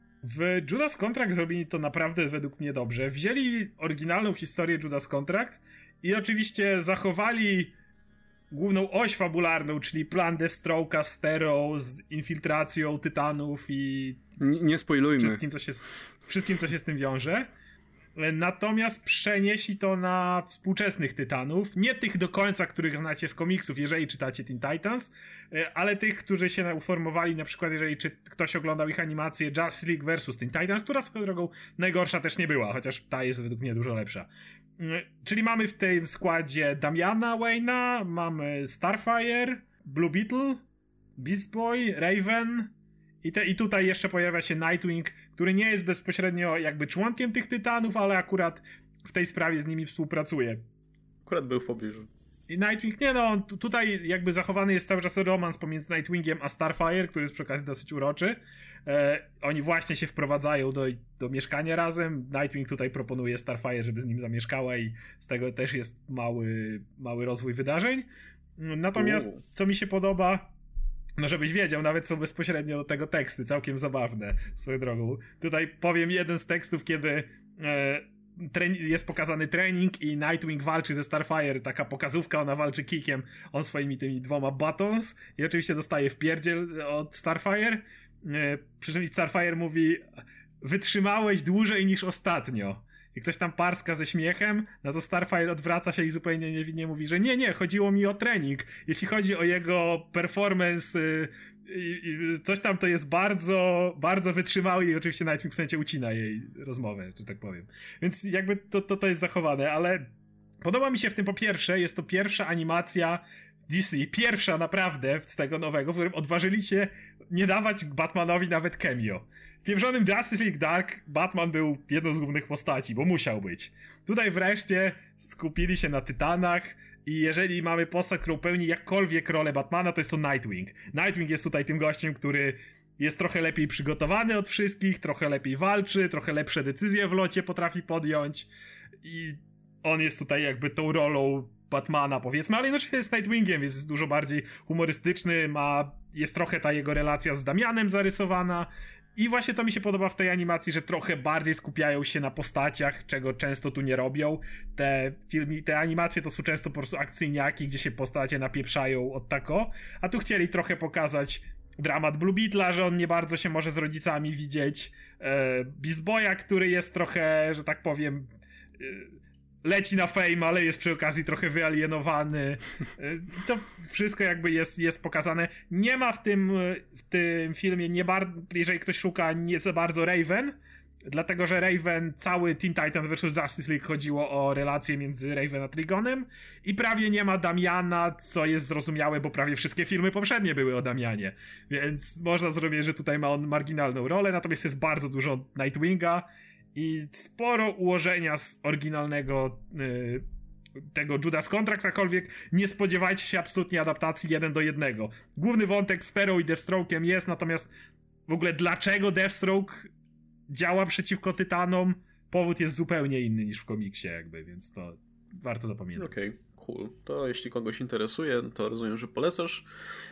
W Judas Contract zrobili to naprawdę według mnie dobrze. Wzięli oryginalną historię Judas Contract i oczywiście zachowali główną oś fabularną, czyli plan Deathstroke'a z Terrą, z infiltracją Tytanów i... Nie, nie spoilujmy. Wszystkim co, się, wszystkim, co się z tym wiąże. Natomiast przenieśli to na współczesnych Tytanów, nie tych do końca, których znacie z komiksów, jeżeli czytacie Teen Titans, ale tych, którzy się uformowali, na przykład jeżeli czy ktoś oglądał ich animację Justice League versus Teen Titans, która swoją drogą najgorsza też nie była, chociaż ta jest według mnie dużo lepsza. Czyli mamy w tej składzie Damiana Wayne'a, mamy Starfire, Blue Beetle, Beast Boy, Raven i, te, i tutaj jeszcze pojawia się Nightwing, który nie jest bezpośrednio jakby członkiem tych Tytanów, ale akurat w tej sprawie z nimi współpracuje. Akurat był w pobliżu. I Nightwing, nie no, tutaj jakby zachowany jest cały czas romans pomiędzy Nightwingiem a Starfire, który jest przy okazji dosyć uroczy. E, oni właśnie się wprowadzają do, do mieszkania razem. Nightwing tutaj proponuje Starfire, żeby z nim zamieszkała i z tego też jest mały, mały rozwój wydarzeń. Natomiast, U. co mi się podoba, no żebyś wiedział, nawet są bezpośrednio do tego teksty, całkiem zabawne, swoją drogą. Tutaj powiem jeden z tekstów, kiedy e, tre- jest pokazany trening i Nightwing walczy ze Starfire, taka pokazówka, ona walczy kickiem, on swoimi tymi dwoma buttons i oczywiście dostaje wpierdziel od Starfire, e, przy czym Starfire mówi: wytrzymałeś dłużej niż ostatnio. I ktoś tam parska ze śmiechem, na to Starfire odwraca się i zupełnie niewinnie mówi, że nie, nie, chodziło mi o trening. Jeśli chodzi o jego performance, y, y, coś tam to jest bardzo, bardzo wytrzymały i oczywiście Nightwing w sensie ucina jej rozmowę, że tak powiem. Więc jakby to, to, to jest zachowane, ale podoba mi się w tym po pierwsze, jest to pierwsza animacja D C, pierwsza naprawdę z tego nowego, w którym odważyli się nie dawać Batmanowi nawet cameo. W pieprzonym Justice League Dark Batman był jedną z głównych postaci, bo musiał być. Tutaj wreszcie skupili się na Tytanach i jeżeli mamy postać, którą pełni jakkolwiek rolę Batmana, to jest to Nightwing. Nightwing jest tutaj tym gościem, który jest trochę lepiej przygotowany od wszystkich, trochę lepiej walczy, trochę lepsze decyzje w locie potrafi podjąć i on jest tutaj jakby tą rolą Batmana, powiedzmy, ale jednocześnie jest Nightwingiem, więc jest dużo bardziej humorystyczny, ma, jest trochę ta jego relacja z Damianem zarysowana. I właśnie to mi się podoba w tej animacji, że trochę bardziej skupiają się na postaciach, czego często tu nie robią. Te filmy, te animacje to są często po prostu akcyjniaki, gdzie się postacie napieprzają od tako, a tu chcieli trochę pokazać dramat Blue Beetla, że on nie bardzo się może z rodzicami widzieć, e, Beast Boya, który jest trochę, że tak powiem, e, leci na fame, ale jest przy okazji trochę wyalienowany. To wszystko jakby jest, jest pokazane. Nie ma w tym, w tym filmie, nie bar- jeżeli ktoś szuka, nie za bardzo Raven, dlatego że Raven, cały Teen Titans versus. Justice League chodziło o relacje między Raven a Trigonem i prawie nie ma Damiana, co jest zrozumiałe, bo prawie wszystkie filmy poprzednie były o Damianie, więc można zrozumieć, że tutaj ma on marginalną rolę, natomiast jest bardzo dużo Nightwinga i sporo ułożenia z oryginalnego yy, tego Judas Contract, aczkolwiek nie spodziewajcie się absolutnie adaptacji jeden do jednego. Główny wątek z Terą i Deathstroke'em jest, natomiast w ogóle dlaczego Deathstroke działa przeciwko Tytanom, powód jest zupełnie inny niż w komiksie jakby, więc to warto zapamiętać. Okej, okay. Cool. To jeśli kogoś interesuje, to rozumiem, że polecasz.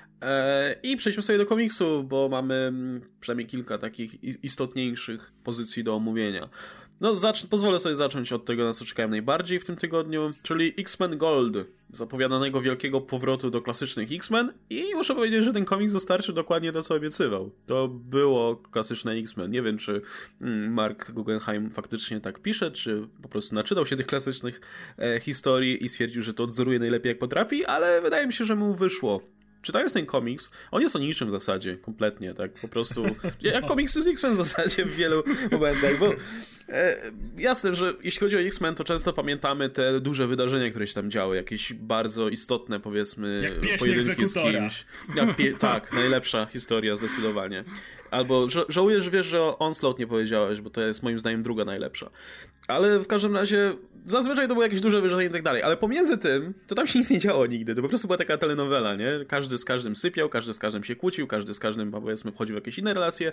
I przejdźmy sobie do komiksów, bo mamy przynajmniej kilka takich istotniejszych pozycji do omówienia. No, zacz- pozwolę sobie zacząć od tego, na co czekałem najbardziej w tym tygodniu, czyli X-Men Gold, zapowiadanego wielkiego powrotu do klasycznych X-Men i muszę powiedzieć, że ten komiks dostarczył dokładnie to, co obiecywał. To było klasyczne X-Men. Nie wiem, czy Mark Guggenheim faktycznie tak pisze, czy po prostu naczytał się tych klasycznych e, historii i stwierdził, że to odzoruje najlepiej jak potrafi, ale wydaje mi się, że mu wyszło. Czytając ten komiks, on jest o niczym w zasadzie, kompletnie, tak po prostu, jak komiksy z X-Men w zasadzie w wielu momentach, bo e, jasne, że jeśli chodzi o X-Men, to często pamiętamy te duże wydarzenia, które się tam działy, jakieś bardzo istotne, powiedzmy, pojedynki z kimś. Jak pie- tak, najlepsza historia zdecydowanie. Albo ża- żałuję, że wiesz, że o Onslaught nie powiedziałeś, bo to jest moim zdaniem druga najlepsza. Ale w każdym razie zazwyczaj to było jakieś duże wydarzenie i tak dalej. Ale pomiędzy tym, to tam się nic nie działo nigdy. To po prostu była taka telenowela, nie? Każdy z każdym sypiał, każdy z każdym się kłócił, każdy z każdym, powiedzmy, wchodził w jakieś inne relacje.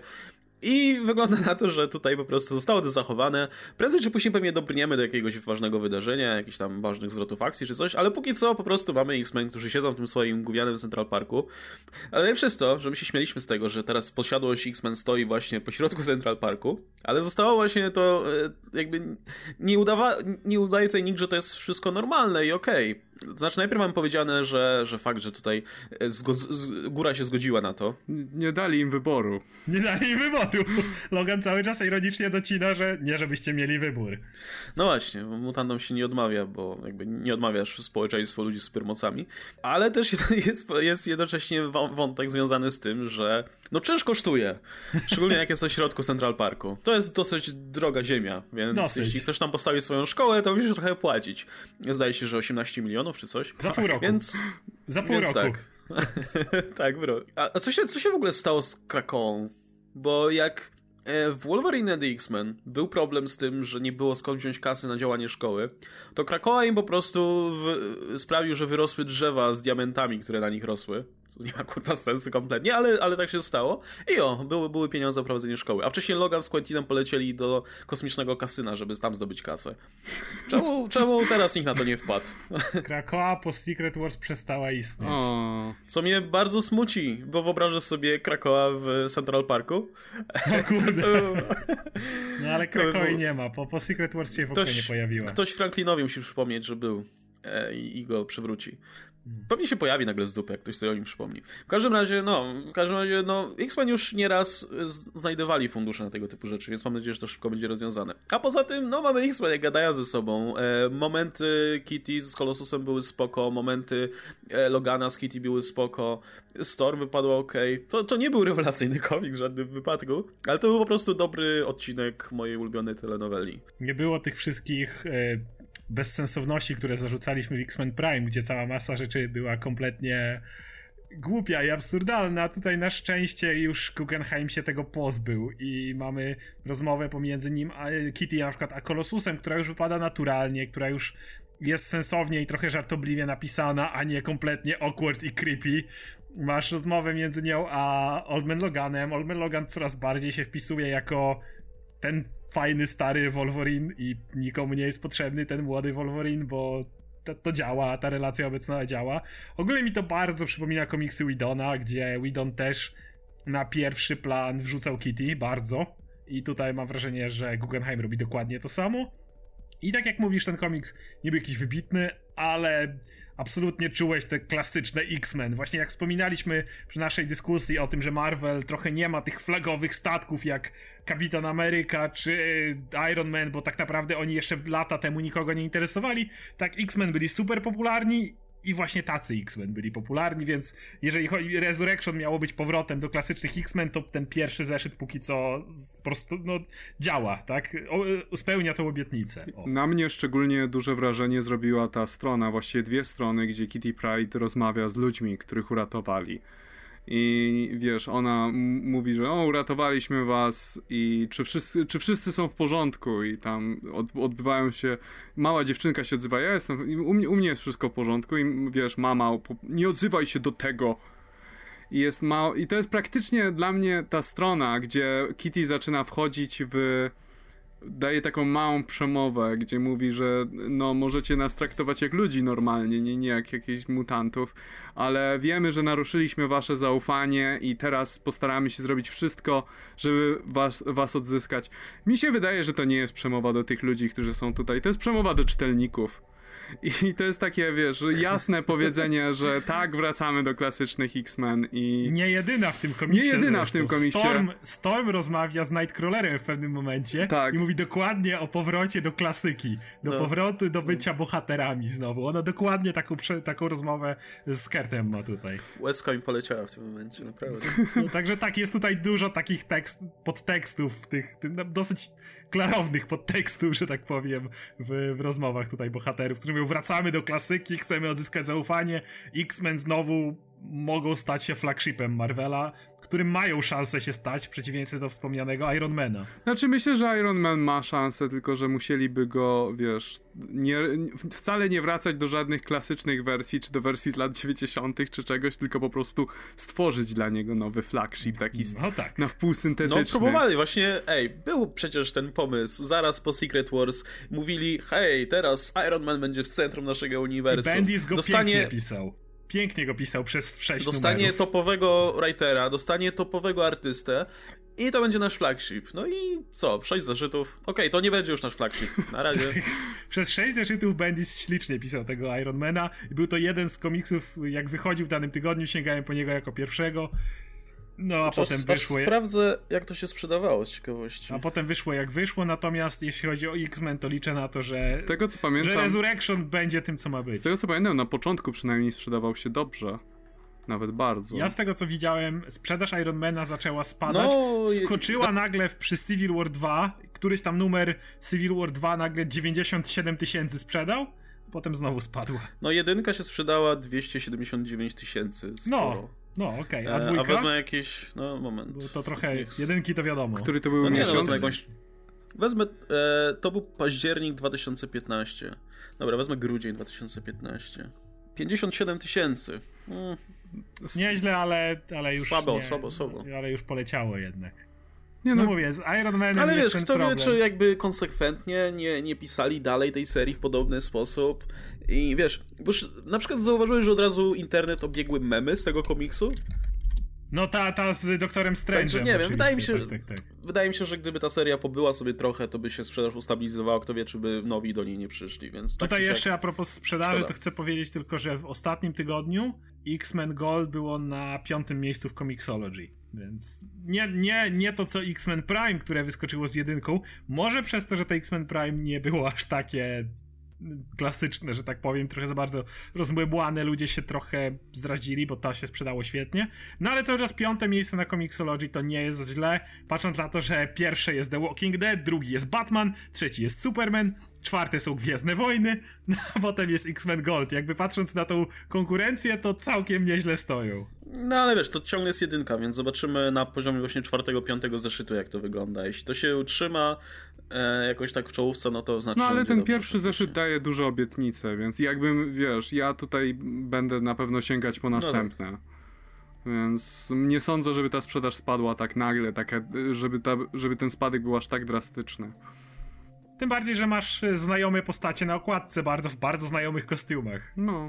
I wygląda na to, że tutaj po prostu zostało to zachowane. Prędzej czy później pewnie dobrniemy do jakiegoś ważnego wydarzenia, jakichś tam ważnych zwrotów akcji czy coś, ale póki co po prostu mamy X-Men, którzy siedzą w tym swoim gównianym Central Parku. Ale najlepsze jest to, że my się śmieliśmy z tego, że teraz posiadłość X-Men stoi właśnie pośrodku Central Parku, ale zostało właśnie to jakby nie, udawa, nie udaje tutaj nikt, że to jest wszystko normalne i okej. Okay. Znaczy najpierw mam powiedziane, że, że fakt, że tutaj zgo- z- góra się zgodziła na to. Nie dali im wyboru. Nie dali im wyboru. Logan cały czas ironicznie docina, że nie żebyście mieli wybór. No właśnie, mutantom się nie odmawia, bo jakby nie odmawiasz społeczeństwu ludzi z supermocami, ale też jest, jest jednocześnie wątek związany z tym, że no czynsz kosztuje, szczególnie jak jest na środku Central Parku. To jest dosyć droga ziemia, więc dosyć. Jeśli chcesz tam postawić swoją szkołę, to musisz trochę płacić. Zdaje się, że osiemnaście milionów czy coś. Za pół roku. Więc, Za pół więc roku. Tak, tak bro. A, a co, się, co się w ogóle stało z Krakową? Bo jak w Wolverine and the X-Men był problem z tym, że nie było skąd wziąć kasy na działanie szkoły, to Krakoa im po prostu w... sprawił, że wyrosły drzewa z diamentami, które na nich rosły. Co nie ma kurwa sensu kompletnie, ale, ale tak się stało. I o, były, były pieniądze za prowadzenie szkoły. A wcześniej Logan z Quentinem polecieli do kosmicznego kasyna, żeby tam zdobyć kasę. Czemu, czemu teraz nikt na to nie wpadł? Krakoa po Secret Wars przestała istnieć. O. Co mnie bardzo smuci, bo wyobrażę sobie Krakoa w Central Parku. O kurde. To... No ale Krakoi był... nie ma, po, po Secret Wars się w ogóle nie pojawiła. Ktoś Franklinowi musi przypomnieć, że był e, i, i go przywróci. Pewnie się pojawi nagle z dupy, jak ktoś sobie o nim przypomni. W każdym razie, no, w każdym razie, no, X-Men już nieraz znajdowali fundusze na tego typu rzeczy, więc mam nadzieję, że to szybko będzie rozwiązane. A poza tym, no, mamy X-Men, jak gadają ze sobą. E, momenty Kitty z Colossusem były spoko, momenty e, Logana z Kitty były spoko, Storm wypadła okej. To, to nie był rewelacyjny komiks w żadnym wypadku, ale to był po prostu dobry odcinek mojej ulubionej telenoweli. Nie było tych wszystkich... E... bezsensowności, które zarzucaliśmy w X-Men Prime, gdzie cała masa rzeczy była kompletnie głupia i absurdalna. Tutaj na szczęście już Guggenheim się tego pozbył i mamy rozmowę pomiędzy nim a Kitty na przykład a Colossusem, która już wypada naturalnie, która już jest sensownie i trochę żartobliwie napisana, a nie kompletnie awkward i creepy. Masz rozmowę między nią a Old Man Loganem. Old Man Logan coraz bardziej się wpisuje jako ten fajny, stary Wolverine i nikomu nie jest potrzebny ten młody Wolverine, bo to, to działa, ta relacja obecna działa. Ogólnie mi to bardzo przypomina komiksy Whedona, gdzie Whedon też na pierwszy plan wrzucał Kitty, bardzo. I tutaj mam wrażenie, że Guggenheim robi dokładnie to samo. I tak jak mówisz, ten komiks nie był jakiś wybitny, ale absolutnie czułeś te klasyczne X-Men. Właśnie jak wspominaliśmy przy naszej dyskusji o tym, że Marvel trochę nie ma tych flagowych statków jak Kapitan Ameryka czy Iron Man, bo tak naprawdę oni jeszcze lata temu nikogo nie interesowali, tak X-Men byli super popularni i właśnie tacy X-Men byli popularni, więc jeżeli chodzi, Resurrection miało być powrotem do klasycznych X-Men, to ten pierwszy zeszyt póki co po prostu no, działa, tak? O, spełnia tę obietnicę. O. Na mnie szczególnie duże wrażenie zrobiła ta strona, właściwie dwie strony, gdzie Kitty Pryde rozmawia z ludźmi, których uratowali. I wiesz, ona m- mówi, że o, uratowaliśmy was i czy wszyscy, czy wszyscy są w porządku i tam od, odbywają się, mała dziewczynka się odzywa, ja jestem, u mnie, u mnie jest wszystko w porządku i wiesz, mama, nie odzywaj się do tego. I jest mało, i to jest praktycznie dla mnie ta strona, gdzie Kitty zaczyna wchodzić w daje taką małą przemowę, gdzie mówi, że no możecie nas traktować jak ludzi normalnie, nie, nie jak jakichś mutantów, ale wiemy, że naruszyliśmy wasze zaufanie i teraz postaramy się zrobić wszystko, żeby was, was odzyskać. Mi się wydaje, że to nie jest przemowa do tych ludzi, którzy są tutaj, to jest przemowa do czytelników. I to jest takie, wiesz, jasne powiedzenie, że tak, wracamy do klasycznych X-Men i... Nie jedyna w tym komiksie. Nie jedyna zresztą. w tym komiksie. Storm, Storm rozmawia z Nightcrawlerem w pewnym momencie tak. i mówi dokładnie o powrocie do klasyki, do no. powrotu do bycia bohaterami znowu. Ona dokładnie taką, taką rozmowę z Kurtem ma tutaj. Łezka mi poleciała w tym momencie, naprawdę. No, także tak, jest tutaj dużo takich tekst, podtekstów, w tych, tych no, dosyć klarownych podtekstów, że tak powiem, w, w rozmowach tutaj bohaterów, którzy mówią, wracamy do klasyki, chcemy odzyskać zaufanie, X-Men znowu mogą stać się flagshipem Marvela, którym mają szansę się stać, w przeciwieństwie do wspomnianego Ironmana. Znaczy myślę, że Iron Man ma szansę, tylko że musieliby go, wiesz, nie, wcale nie wracać do żadnych klasycznych wersji, czy do wersji z lat dziewięćdziesiątych, czy czegoś, tylko po prostu stworzyć dla niego nowy flagship, taki no tak. na wpół syntetyczny. No próbowali właśnie, ej, był przecież ten pomysł, zaraz po Secret Wars mówili, hej, teraz Iron Man będzie w centrum naszego uniwersum. I Bendis go Dostanie... pięknie pisał. Pięknie go pisał przez sześć Dostanie numerów. topowego writera, dostanie topowego artystę i to będzie nasz flagship. No i co? Sześć zeszytów. Okej, okay, to nie będzie już nasz flagship. Na razie. Przez sześć zeszytów Bendis ślicznie pisał tego Ironmana i był to jeden z komiksów, jak wychodził w danym tygodniu, sięgałem po niego jako pierwszego. No a Czas, potem wyszło. Sprawdzę, jak to się sprzedawało z ciekawości. A potem wyszło jak wyszło, natomiast jeśli chodzi o X-Men, to liczę na to, że. Z tego co pamiętam. Że Resurrection będzie tym, co ma być. Z tego co pamiętam, na początku przynajmniej sprzedawał się dobrze. Nawet bardzo. Ja z tego co widziałem, sprzedaż Ironmana zaczęła spadać. No, skoczyła nagle przy Civil War dwa. Któryś tam numer Civil War dwa nagle dziewięćdziesiąt siedem tysięcy sprzedał. Potem znowu spadła. No jedynka się sprzedała dwieście siedemdziesiąt dziewięć tysięcy. No. No, okej, okay. A dwójka? A wezmę jakieś, no moment. Bo to trochę, Niech... jedynki to wiadomo. Który to był no, miesiąc? Nie, no, wezmę jakąś... Wezmę, e, to był październik dwa tysiące piętnasty. Dobra, wezmę grudzień dwa tysiące piętnasty. pięćdziesiąt siedem tysięcy. Mm. Nieźle, ale, ale już Słabo, nie, słabo, słabo. Ale już poleciało jednak. Nie no, no mówię, z Iron Manem ale jest wiesz, ten kto problem. wie, czy jakby konsekwentnie nie, nie pisali dalej tej serii w podobny sposób. I wiesz, bo już na przykład zauważyłeś, że od razu internet obiegły memy z tego komiksu? No ta, ta z Doktorem Strange'em. Także nie wiem, wydaje mi się, tak, tak, tak. wydaje mi się, że gdyby ta seria pobyła sobie trochę, to by się sprzedaż ustabilizowała, kto wie, czy by nowi do niej nie przyszli, więc tak Tutaj siak... jeszcze a propos sprzedaży, Szkoda. to chcę powiedzieć tylko, że w ostatnim tygodniu X-Men Gold było na piątym miejscu w Comixology, więc nie, nie, nie to co X-Men Prime, które wyskoczyło z jedynką, może przez to, że to X-Men Prime nie było aż takie klasyczne, że tak powiem, trochę za bardzo rozmłebłane, ludzie się trochę zdradzili, bo to się sprzedało świetnie, no ale cały czas piąte miejsce na Comixology to nie jest źle, patrząc na to, że pierwsze jest The Walking Dead, drugi jest Batman, trzeci jest Superman, czwarte są Gwiezdne Wojny, no a potem jest X-Men Gold, jakby patrząc na tą konkurencję, to całkiem nieźle stoją. No ale wiesz, to ciągle jest jedynka, więc zobaczymy na poziomie właśnie czwartego, piątego zeszytu, jak to wygląda. Jeśli to się utrzyma e, jakoś tak w czołówce, no to znaczy, no ale ten dobrze, pierwszy zeszyt daje duże obietnice, więc jakbym, wiesz, ja tutaj będę na pewno sięgać po następne. No tak. Więc nie sądzę, żeby ta sprzedaż spadła tak nagle, taka, żeby, ta, żeby ten spadek był aż tak drastyczny. Tym bardziej, że masz znajome postacie na okładce, bardzo w bardzo znajomych kostiumach. No.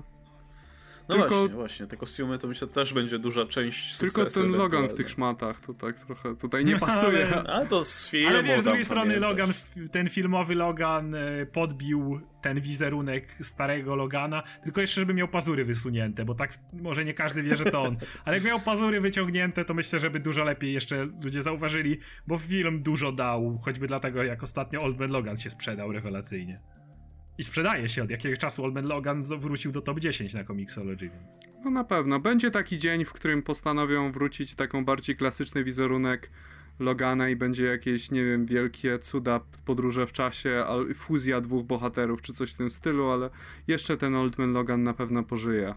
No tylko, właśnie, właśnie, te kostiumy to myślę też będzie duża część sukcesu. Tylko ten Logan w tych szmatach, to tak trochę tutaj nie pasuje. Ale, ale to z filmu. Ale wiesz, z drugiej strony pamiętasz. Logan, ten filmowy Logan podbił ten wizerunek starego Logana, tylko jeszcze żeby miał pazury wysunięte, bo tak może nie każdy wie, że to on. Ale jak miał pazury wyciągnięte, to myślę, żeby dużo lepiej jeszcze ludzie zauważyli, bo film dużo dał, choćby dlatego jak ostatnio Old Man Logan się sprzedał rewelacyjnie. I sprzedaje się od jakiegoś czasu. Old Man Logan wrócił do top dziesięć na Comixology, więc... No na pewno. Będzie taki dzień, w którym postanowią wrócić taką bardziej klasyczny wizerunek Logana i będzie jakieś, nie wiem, wielkie cuda, podróże w czasie, fuzja dwóch bohaterów, czy coś w tym stylu, ale jeszcze ten Old Man Logan na pewno pożyje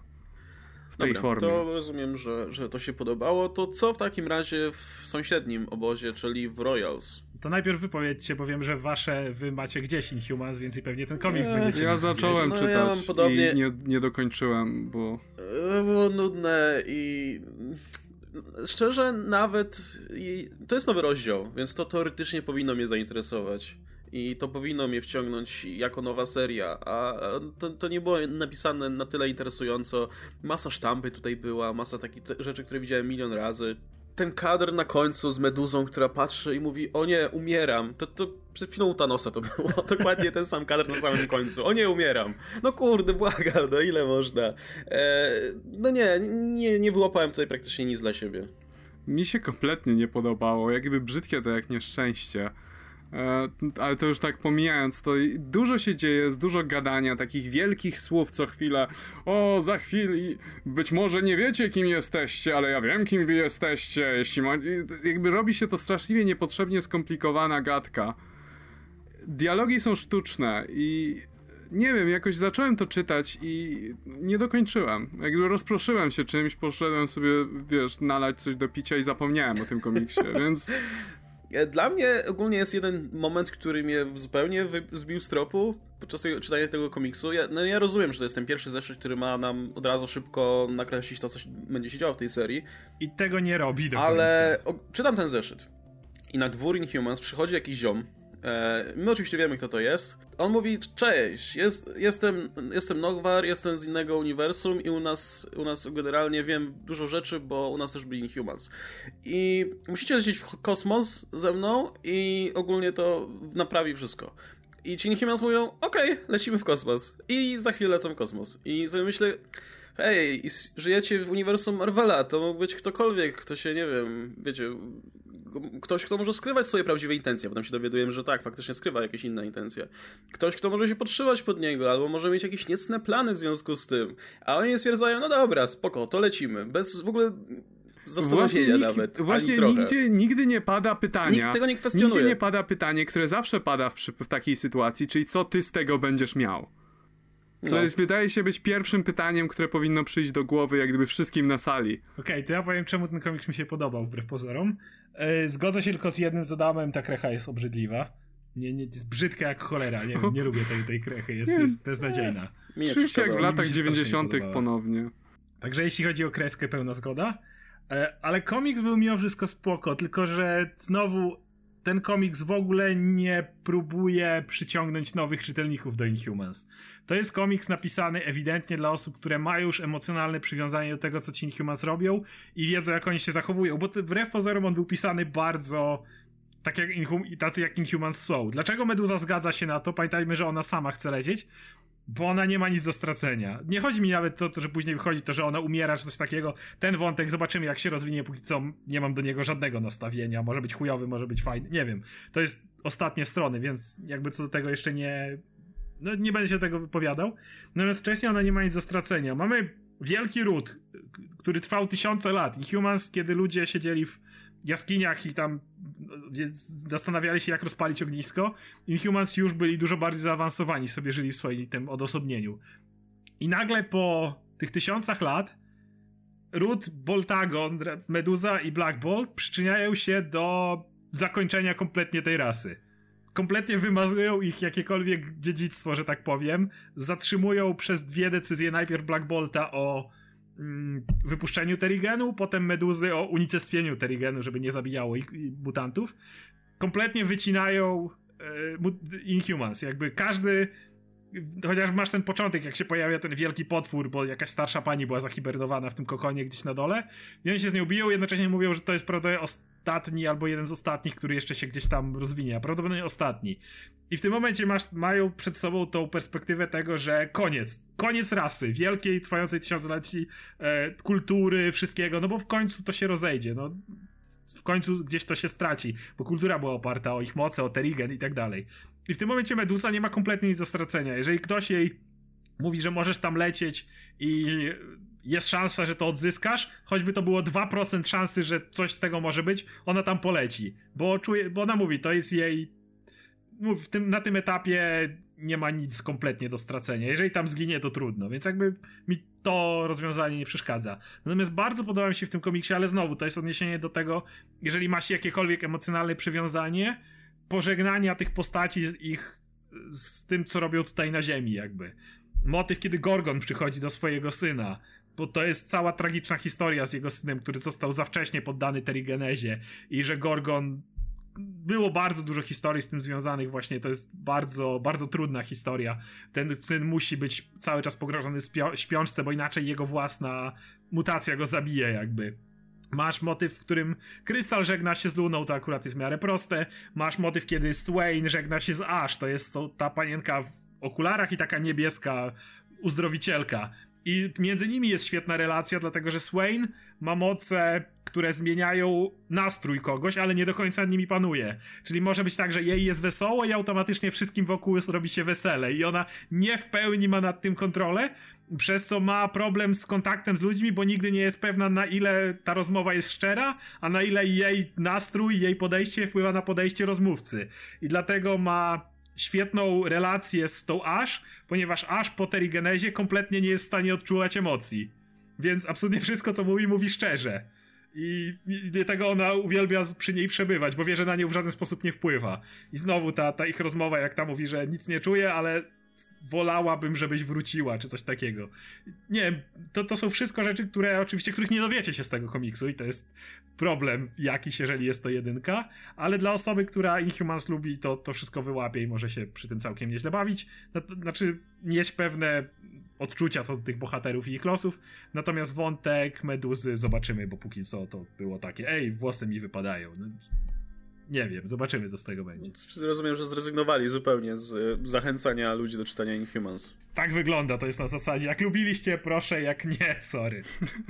w tej Dobra, formie. To rozumiem, że, że to się podobało. To co w takim razie w sąsiednim obozie, czyli w Royals? To najpierw wypowiedzcie, bo wiem, że wasze, wy macie gdzieś Inhumans, więc i pewnie ten komiks eee, będziecie Ja zacząłem no, czytać ja mam podobnie... i nie, nie dokończyłem, bo... Było nudne i... Szczerze, nawet... To jest nowy rozdział, więc to teoretycznie powinno mnie zainteresować. i to powinno mnie wciągnąć jako nowa seria, a to, to nie było napisane na tyle interesująco. Masa sztampy tutaj była, masa takich rzeczy, które widziałem milion razy. Ten kadr na końcu z Meduzą, która patrzy i mówi: o nie, umieram. To, to przed chwilą u Thanosa to było. Dokładnie ten sam kadr na samym końcu. O nie, umieram. No kurde, błagam, no ile można. Eee, no nie, nie, nie wyłapałem tutaj praktycznie nic dla siebie. Mi się kompletnie nie podobało. Jakby brzydkie to jak nieszczęście. E, ale to już tak pomijając, to dużo się dzieje, jest dużo gadania, takich wielkich słów co chwilę. O, za chwilę, być może nie wiecie kim jesteście, ale ja wiem kim wy jesteście. Jeśli ma... Jakby robi się to straszliwie niepotrzebnie skomplikowana gadka. Dialogi są sztuczne i nie wiem, jakoś zacząłem to czytać i nie dokończyłem. Jakby rozproszyłem się czymś, poszedłem sobie, wiesz, nalać coś do picia i zapomniałem o tym komiksie, więc... Dla mnie ogólnie jest jeden moment, który mnie zupełnie zbił z tropu podczas czytania tego komiksu. Ja, no ja rozumiem, że to jest ten pierwszy zeszyt, który ma nam od razu szybko nakreślić to, co będzie się działo w tej serii. I tego nie robi do końca. Ale o, czytam ten zeszyt i na dwór Inhumans przychodzi jakiś ziom. E, my oczywiście wiemy, kto to jest. On mówi: cześć, jest, jestem, jestem Nogwar, jestem z innego uniwersum i u nas, u nas generalnie wiem dużo rzeczy, bo u nas też byli Inhumans. I musicie lecieć w kosmos ze mną i ogólnie to naprawi wszystko. I ci Inhumans mówią: okej, okay, lecimy w kosmos. I za chwilę lecą w kosmos. I sobie myślę: hej, żyjecie w uniwersum Marvela, to mógł być ktokolwiek, kto się, nie wiem, wiecie... Ktoś, kto może skrywać swoje prawdziwe intencje. Potem się dowiadujemy, że tak, faktycznie skrywa jakieś inne intencje. Ktoś, kto może się podszywać pod niego, albo może mieć jakieś niecne plany w związku z tym. A oni stwierdzają: no dobra, spoko, to lecimy. Bez w ogóle zastanowienia nikt, nawet. Właśnie nigdy, nigdy nie pada pytania. Nikt tego nie kwestionuje. Nigdy nie pada pytanie, które zawsze pada w, w takiej sytuacji, czyli co ty z tego będziesz miał. Co no. jest, wydaje się być pierwszym pytaniem, które powinno przyjść do głowy jak gdyby wszystkim na sali. Okej, okay, to ja powiem, czemu ten komiks mi się podobał, wbrew pozorom. Yy, zgodzę się tylko z jednym z Adamem, ta krecha jest obrzydliwa. Nie, nie, jest brzydka jak cholera, nie, nie lubię tej, tej krechy, jest, jest beznadziejna. Czuję się jak w latach dziewięćdziesiątych ponownie. Także jeśli chodzi o kreskę, pełna zgoda. Yy, ale komiks był mimo wszystko spoko, tylko że znowu ten komiks w ogóle nie próbuje przyciągnąć nowych czytelników do Inhumans. To jest komiks napisany ewidentnie dla osób, które mają już emocjonalne przywiązanie do tego, co ci Inhumans robią i wiedzą, jak oni się zachowują, bo wbrew pozorom on był pisany bardzo tak jak Inhum- tacy jak Inhumans są. Dlaczego Meduza zgadza się na to? Pamiętajmy, że ona sama chce lecieć, bo ona nie ma nic do stracenia. Nie chodzi mi nawet o to, że później wychodzi to, że ona umiera, czy coś takiego. Ten wątek zobaczymy, jak się rozwinie, póki co nie mam do niego żadnego nastawienia. Może być chujowy, może być fajny, nie wiem. To jest ostatnie strony, więc jakby co do tego jeszcze nie... No nie będę się tego wypowiadał. Natomiast wcześniej ona nie ma nic do stracenia. Mamy wielki ród, który trwał tysiące lat. Inhumans, kiedy ludzie siedzieli w jaskiniach i tam zastanawiali się, jak rozpalić ognisko, Inhumans już byli dużo bardziej zaawansowani, sobie żyli w swoim tym odosobnieniu. I nagle po tych tysiącach lat ród Boltagon, Meduza i Black Bolt przyczyniają się do zakończenia kompletnie tej rasy. Kompletnie wymazują ich jakiekolwiek dziedzictwo, że tak powiem. Zatrzymują przez dwie decyzje najpierw Black Bolta o mm, wypuszczeniu Terrigenu, potem Meduzy o unicestwieniu Terrigenu, żeby nie zabijało ich, ich mutantów. Kompletnie wycinają e, Inhumans. Jakby każdy... Chociaż masz ten początek, jak się pojawia ten wielki potwór, bo jakaś starsza pani była zahibernowana w tym kokonie gdzieś na dole i oni się z nią biją, jednocześnie mówią, że to jest prawdopodobnie ostatni albo jeden z ostatnich, który jeszcze się gdzieś tam rozwinie, a prawdopodobnie ostatni. I w tym momencie masz, mają przed sobą tą perspektywę tego, że koniec, koniec rasy, wielkiej, trwającej tysiącleci e, kultury, wszystkiego, no bo w końcu to się rozejdzie, no. W końcu gdzieś to się straci, bo kultura była oparta o ich moce, o Terrigen i tak dalej. I w tym momencie Meduza nie ma kompletnie nic do stracenia. Jeżeli ktoś jej mówi, że możesz tam lecieć i jest szansa, że to odzyskasz, choćby to było dwa procent szansy, że coś z tego może być, ona tam poleci. Bo czuje, bo ona mówi, to jest jej... W tym, na tym etapie nie ma nic kompletnie do stracenia. Jeżeli tam zginie, to trudno. Więc jakby mi to rozwiązanie nie przeszkadza. Natomiast bardzo podoba mi się w tym komiksie, ale znowu, to jest odniesienie do tego, jeżeli ma się jakiekolwiek emocjonalne przywiązanie, pożegnania tych postaci z ich, z tym, co robią tutaj na ziemi jakby. Motyw, kiedy Gorgon przychodzi do swojego syna, bo to jest cała tragiczna historia z jego synem, który został za wcześnie poddany Terrigenezie i że Gorgon było bardzo dużo historii z tym związanych właśnie, to jest bardzo, bardzo trudna historia. Ten syn musi być cały czas pogrążony w śpiączce, bo inaczej jego własna mutacja go zabije jakby. Masz motyw, w którym Krystal żegna się z Luną, to akurat jest w miarę proste. Masz motyw, kiedy Swain żegna się z Ash, to jest to, ta panienka w okularach i taka niebieska uzdrowicielka. I między nimi jest świetna relacja, dlatego że Swain ma moce, które zmieniają nastrój kogoś, ale nie do końca nimi panuje. Czyli może być tak, że jej jest wesoło i automatycznie wszystkim wokół robi się wesele i ona nie w pełni ma nad tym kontrolę, przez co ma problem z kontaktem z ludźmi, bo nigdy nie jest pewna, na ile ta rozmowa jest szczera, a na ile jej nastrój, jej podejście wpływa na podejście rozmówcy. I dlatego ma świetną relację z tą Ash, ponieważ Ash po terigenezie kompletnie nie jest w stanie odczuwać emocji. Więc absolutnie wszystko, co mówi, mówi szczerze. I, i dlatego ona uwielbia przy niej przebywać, bo wie, że na nią w żaden sposób nie wpływa. I znowu ta, ta ich rozmowa, jak ta mówi, że nic nie czuje, ale wolałabym, żebyś wróciła, czy coś takiego. Nie wiem, to, to są wszystko rzeczy, które oczywiście, których nie dowiecie się z tego komiksu i to jest problem jakiś, jeżeli jest to jedynka, ale dla osoby, która Inhumans lubi, to, to wszystko wyłapie i może się przy tym całkiem nieźle bawić. No, to znaczy, mieć pewne odczucia co do tych bohaterów i ich losów, natomiast wątek Meduzy zobaczymy, bo póki co to było takie, ej, włosy mi wypadają. No, nie wiem, zobaczymy, co z tego będzie. Rozumiem, że zrezygnowali zupełnie z zachęcania ludzi do czytania Inhumans. Tak wygląda, to jest na zasadzie, jak lubiliście, proszę, jak nie, sorry.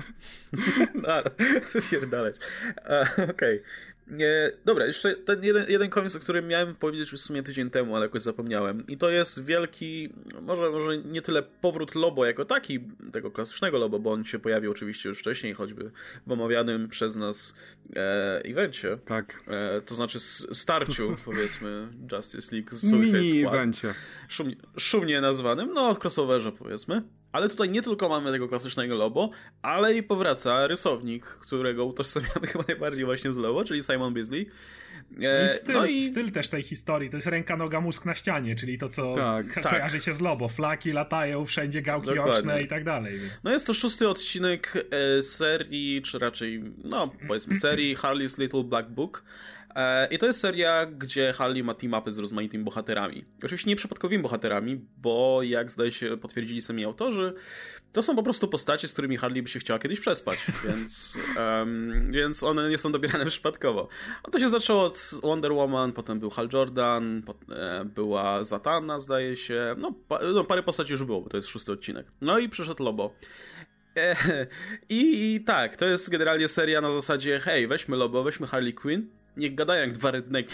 No, wypierdalać. Okej. Okay. Nie, dobra, jeszcze ten jeden, jeden komiks, o którym miałem powiedzieć już w sumie tydzień temu, ale jakoś zapomniałem. I to jest wielki, może, może nie tyle powrót Lobo jako taki, tego klasycznego Lobo, bo on się pojawił oczywiście już wcześniej, choćby w omawianym przez nas e, evencie. Tak. E, to znaczy starciu, powiedzmy, Justice League z Suicide Squad. Mini evencie. Szumnie, szumnie nazwanym, no crossoverze powiedzmy. Ale tutaj nie tylko mamy tego klasycznego Lobo, ale i powraca rysownik, którego utożsamiamy chyba najbardziej właśnie z Lobo, czyli Simon Bisley. E, no i styl, no i styl też tej historii, to jest ręka, noga, mózg na ścianie, czyli to, co tak, ko- kojarzy tak. się z Lobo. Flaki latają, wszędzie gałki Dokładnie. oczne i tak dalej. Więc... No jest to szósty odcinek e, serii, czy raczej, no powiedzmy serii Harley's Little Black Book. I to jest seria, gdzie Harley ma team-upy z rozmaitymi bohaterami. Oczywiście nieprzypadkowymi bohaterami, bo jak zdaje się potwierdzili sami autorzy, to są po prostu postacie, z którymi Harley by się chciała kiedyś przespać, więc, um, więc one nie są dobierane przypadkowo. A to się zaczęło od Wonder Woman, potem był Hal Jordan, pot, e, była Zatanna, zdaje się, no, pa, no parę postaci już było, bo to jest szósty odcinek. No i przyszedł Lobo. E, i, I tak, to jest generalnie seria na zasadzie, hej, weźmy Lobo, weźmy Harley Quinn, niech gadają jak dwa redneki.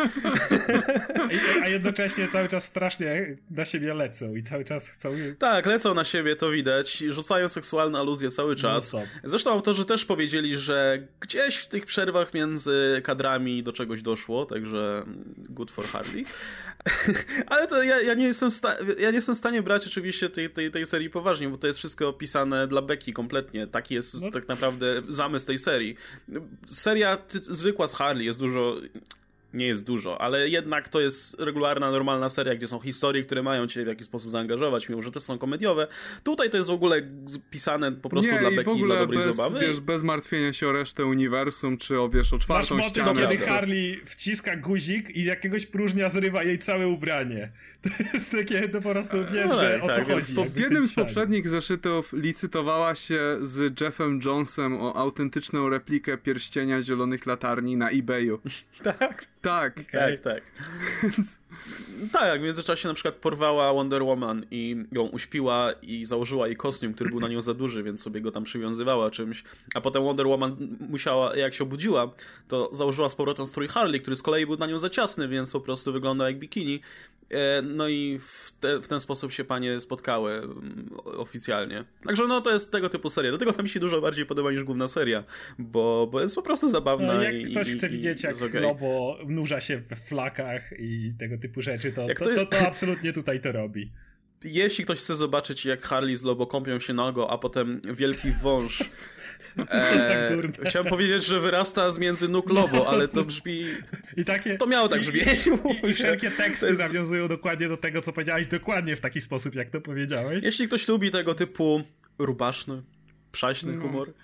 A jednocześnie cały czas strasznie na siebie lecą i cały czas chcą... Tak, lecą na siebie, to widać. Rzucają seksualne aluzje cały czas. No Zresztą autorzy też powiedzieli, że gdzieś w tych przerwach między kadrami do czegoś doszło, także good for Harley. Ale to ja, ja, nie jestem sta- ja nie jestem w stanie brać oczywiście tej, tej, tej serii poważnie, bo to jest wszystko opisane dla beki kompletnie. Taki jest no. tak naprawdę zamysł tej serii. Seria ty- zwykła z Harley jest dużo... Nie jest dużo, ale jednak to jest regularna, normalna seria, gdzie są historie, które mają cię w jakiś sposób zaangażować, mimo że te są komediowe. Tutaj to jest w ogóle pisane po prostu nie, dla i beki, w ogóle dla dobrej bez, zabawy. Wiesz, bez martwienia się o resztę uniwersum, czy o, wiesz, o czwartą Masz ścianę. motyw, kiedy Harley wciska guzik i z jakiegoś próżnia zrywa jej całe ubranie. To jest takie, to po prostu wiesz, no, że, o co tak, chodzi. W jednym z poprzednich zeszytów licytowała się z Jeffem Jonesem o autentyczną replikę pierścienia zielonych latarni na eBayu. Tak? Tak. Okay. Tak, tak. Tak, w międzyczasie na przykład porwała Wonder Woman i ją uśpiła i założyła jej kostium, który był na nią za duży, więc sobie go tam przywiązywała czymś. A potem Wonder Woman musiała, jak się obudziła, to założyła z powrotem strój Harley, który z kolei był na nią za ciasny, więc po prostu wyglądał jak bikini. No i w, te, w ten sposób się panie spotkały oficjalnie. Także no to jest tego typu seria. Do tego mi się dużo bardziej podoba niż główna seria, bo, bo jest po prostu zabawna. No, jak i, ktoś i, chce i, widzieć, jak okay. Lobo nurza się we flakach i tego typu rzeczy, to, to, to, jest... to, to absolutnie tutaj to robi. Jeśli ktoś chce zobaczyć, jak Harley z Lobo kąpią się nago, a potem wielki wąż e, chciałem powiedzieć, że wyrasta z między nóg Lobo, ale to brzmi... I takie, to miało tak brzmieć. I, i, i wszelkie teksty jest... nawiązują dokładnie do tego, co powiedziałeś, dokładnie w taki sposób, jak to powiedziałeś. Jeśli ktoś lubi tego typu rubaszny, przaśny no. humor,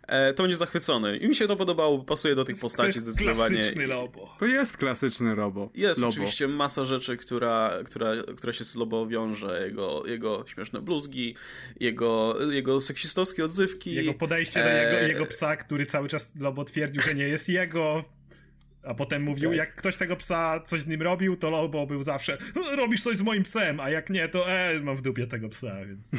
e, to będzie zachwycony. I mi się to podobało, pasuje do tych To postaci jest zdecydowanie. klasyczny Lobo. To jest klasyczny Robo. Jest Lobo. oczywiście masa rzeczy, która, która, która się z Lobo wiąże. Jego, jego śmieszne bluzgi, jego, jego seksistowskie odzywki. Jego podejście do e... jego, jego psa, który cały czas Lobo twierdził, że nie jest jego. A potem mówił, Tak. jak ktoś tego psa coś z nim robił, to Lobo był zawsze robisz coś z moim psem, a jak nie, to e, mam w dupie tego psa, więc...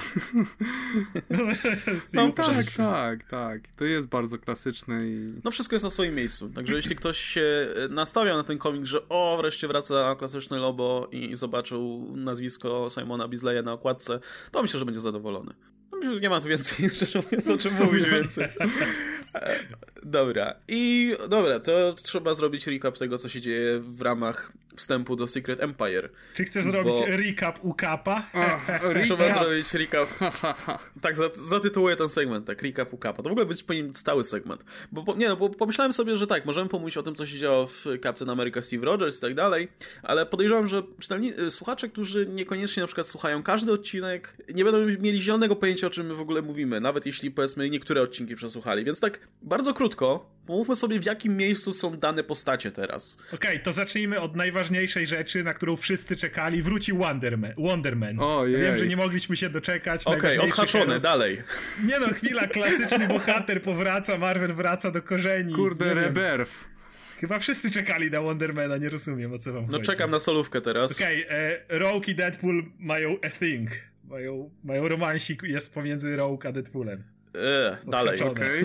No, Tak, Przez- tak, tak. To jest bardzo klasyczne i... No wszystko jest na swoim miejscu. Także jeśli ktoś się nastawiał na ten komik, że o, wreszcie wraca klasyczny Lobo i zobaczył nazwisko Simona Beasleya na okładce, to myślę, że będzie zadowolony. No, myślę, że nie ma tu więcej, szczerze mówiąc, o czym mówić więcej. E, Dobra. I dobra, to trzeba zrobić recap tego, co się dzieje w ramach wstępu do Secret Empire. Czy chcesz zrobić Bo- recap u Kapa? Trzeba Recap. zrobić recap. Tak, za- zatytułuję ten segment, tak, recap u Kapa. To w ogóle być powinien stały segment. Bo, po, nie no, bo pomyślałem sobie, że tak, możemy pomówić o tym, co się działo w Captain America Steve Rogers i tak dalej, ale podejrzewam, że czytelni, słuchacze, którzy niekoniecznie na przykład słuchają każdy odcinek, nie będą mieli zielonego pojęcia, o czym my w ogóle mówimy, nawet jeśli, powiedzmy, niektóre odcinki przesłuchali. Więc tak, bardzo krótko, pomówmy sobie, w jakim miejscu są dane postacie teraz. Okej, okay, to zacznijmy od najważniejszej rzeczy, na którą wszyscy czekali. Wrócił Wonderman. Wonderman. Ojej. Wiem, że nie mogliśmy się doczekać. Okej, okay, Najważniejszy odhaczone, teraz- dalej. Nie no, chwila, klasyczny bohater powraca, Marvel wraca do korzeni. Kurde, Nie wiem. Rebirth. Chyba wszyscy czekali na Wondermana, nie rozumiem, o co wam No chodzi. czekam na solówkę teraz. Okej, okay, Rogue i Deadpool mają a thing. Mają, mają romansik, jest pomiędzy Rogue a Deadpoolem. E, dalej. Odhaczone. Okej.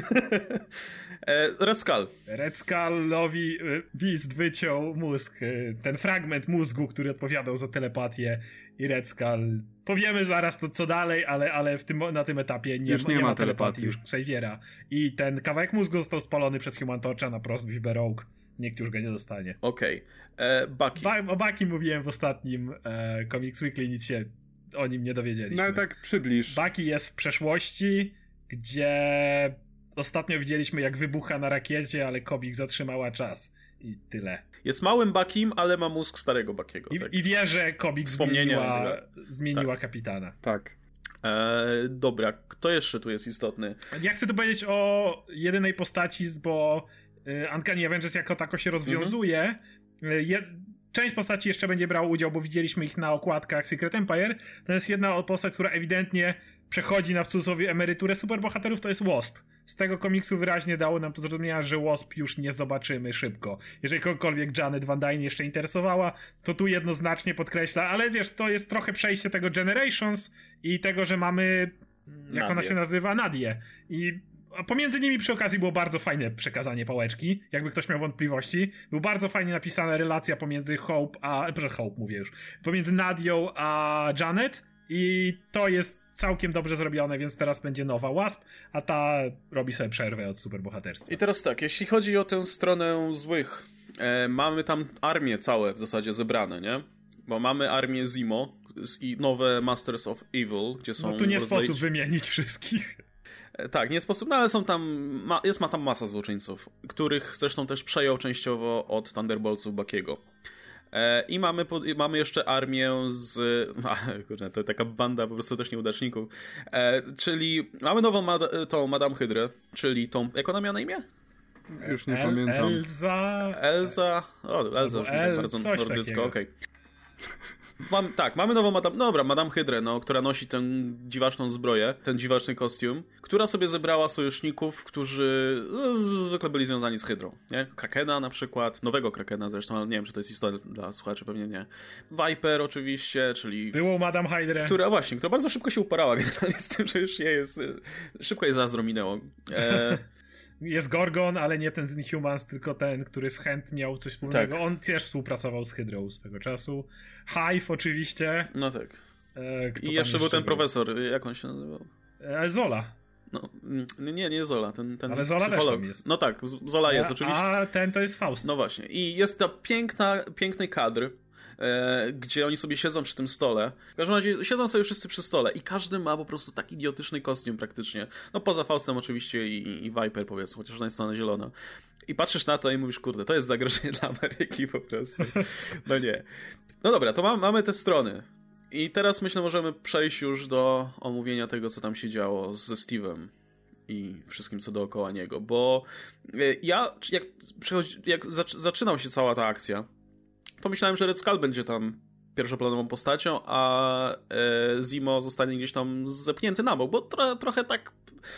E, Red Skull. Red Skullowi y, Beast wyciął mózg, y, ten fragment mózgu, który odpowiadał za telepatię i Red Skull. Powiemy zaraz to co dalej, ale, ale w tym, na tym etapie nie, Już ma, nie nie ma ma telepatii, telepatii. już Xaviera. I ten kawałek mózgu został spalony przez Human Torcha na prośbę Rogue. Nikt już go nie dostanie. Okej. Okay. Bucky. Ba- o Bucky mówiłem w ostatnim e, Comics Weekly, nic się o nim nie dowiedzieliśmy. No ale tak przybliż. Bucky jest w przeszłości, gdzie ostatnio widzieliśmy, jak wybucha na rakiecie, ale Kobik zatrzymała czas. I tyle. Jest małym Buckim, ale ma mózg starego Buckiego. I, Tak. i wie, że Kobik Wspomnienia, zmieniła, tak. zmieniła kapitana. Tak. E, dobra, kto jeszcze tu jest istotny? Ja chcę tu powiedzieć o jedynej postaci, bo y, Uncanny Avengers jako tako się rozwiązuje. Y, je, część postaci jeszcze będzie brała udział, bo widzieliśmy ich na okładkach Secret Empire. To jest jedna postać, która ewidentnie przechodzi na w cudzysłowie emeryturę superbohaterów, to jest Wasp. Z tego komiksu wyraźnie dało nam to do zrozumienia, że Wasp już nie zobaczymy szybko. Jeżeli kogokolwiek Janet Van Dyne jeszcze interesowała, to tu jednoznacznie podkreśla, ale wiesz, to jest trochę przejście tego Generations i tego, że mamy, jak ona Nadię. się nazywa, Nadię. I a pomiędzy nimi przy okazji było bardzo fajne przekazanie pałeczki, jakby ktoś miał wątpliwości. Był bardzo fajnie napisana relacja pomiędzy Hope a... Proszę, Hope mówię już. Pomiędzy Nadią a Janet i to jest całkiem dobrze zrobione, więc teraz będzie nowa Wasp, a ta robi sobie przerwę od superbohaterstwa. I teraz tak, jeśli chodzi o tę stronę złych, e, mamy tam armię całe w zasadzie zebrane, nie? Bo mamy armię Zemo i nowe Masters of Evil, gdzie są... No tu nie rozleci- sposób wymienić wszystkich. E, Tak, nie sposób, no ale są tam, ma, jest ma tam masa złoczyńców, których zresztą też przejął częściowo od Thunderboltsów Buckiego. E, I mamy, po, i mamy jeszcze armię z... A, kurczę, to taka banda po prostu też nieudaczników. E, czyli mamy nową mad- tą Madame Hydrę, czyli tą... Jak ona miała na imię? Już nie El- pamiętam. Elza... Elza... O, Elza już mi tak El- bardzo coś nordycko, takiego. okej. Mam, tak, mamy nową Madame... Dobra, Madame Hydrę, no, która nosi tę dziwaczną zbroję, ten dziwaczny kostium, która sobie zebrała sojuszników, którzy no, zwykle byli związani z Hydrą, nie? Krakena na przykład, nowego Krakena zresztą, ale nie wiem, czy to jest istotne dla słuchaczy, pewnie nie. Viper oczywiście, czyli... Było Madame Hydra. Która właśnie, która bardzo szybko się uporała generalnie z tym, że już nie jest... Szybko jej zazdro minęło. E... Jest Gorgon, ale nie ten z Inhumans, tylko ten, który z Hand miał coś wspólnego. Tak. On też współpracował z Hydrą swego czasu. Hive oczywiście. No tak. E, kto I tam jeszcze był ten profesor, jak on się nazywał? E, Zola. No, mm, nie, nie Zola, ten, ten Ale Zola też psycholog. tam jest. No tak, Z- Zola jest a, oczywiście. A ten to jest Faust. No właśnie. I jest ta piękna, piękny kadr, e, gdzie oni sobie siedzą przy tym stole. W każdym razie siedzą sobie wszyscy przy stole i każdy ma po prostu tak idiotyczny kostium praktycznie. No poza Faustem oczywiście i, i Viper powiedzmy, chociaż ona jest cała zielona. I patrzysz na to i mówisz, kurde, to jest zagrożenie dla Ameryki po prostu. No nie. No dobra, to ma, mamy te strony. I teraz myślę, możemy przejść już do omówienia tego, co tam się działo ze Steve'em. i wszystkim, co dookoła niego, bo ja, jak, jak zaczynał się cała ta akcja, to myślałem, że Red Skull będzie tam pierwszoplanową postacią, a e, Zemo zostanie gdzieś tam zepchnięty na bok, bo tro, trochę tak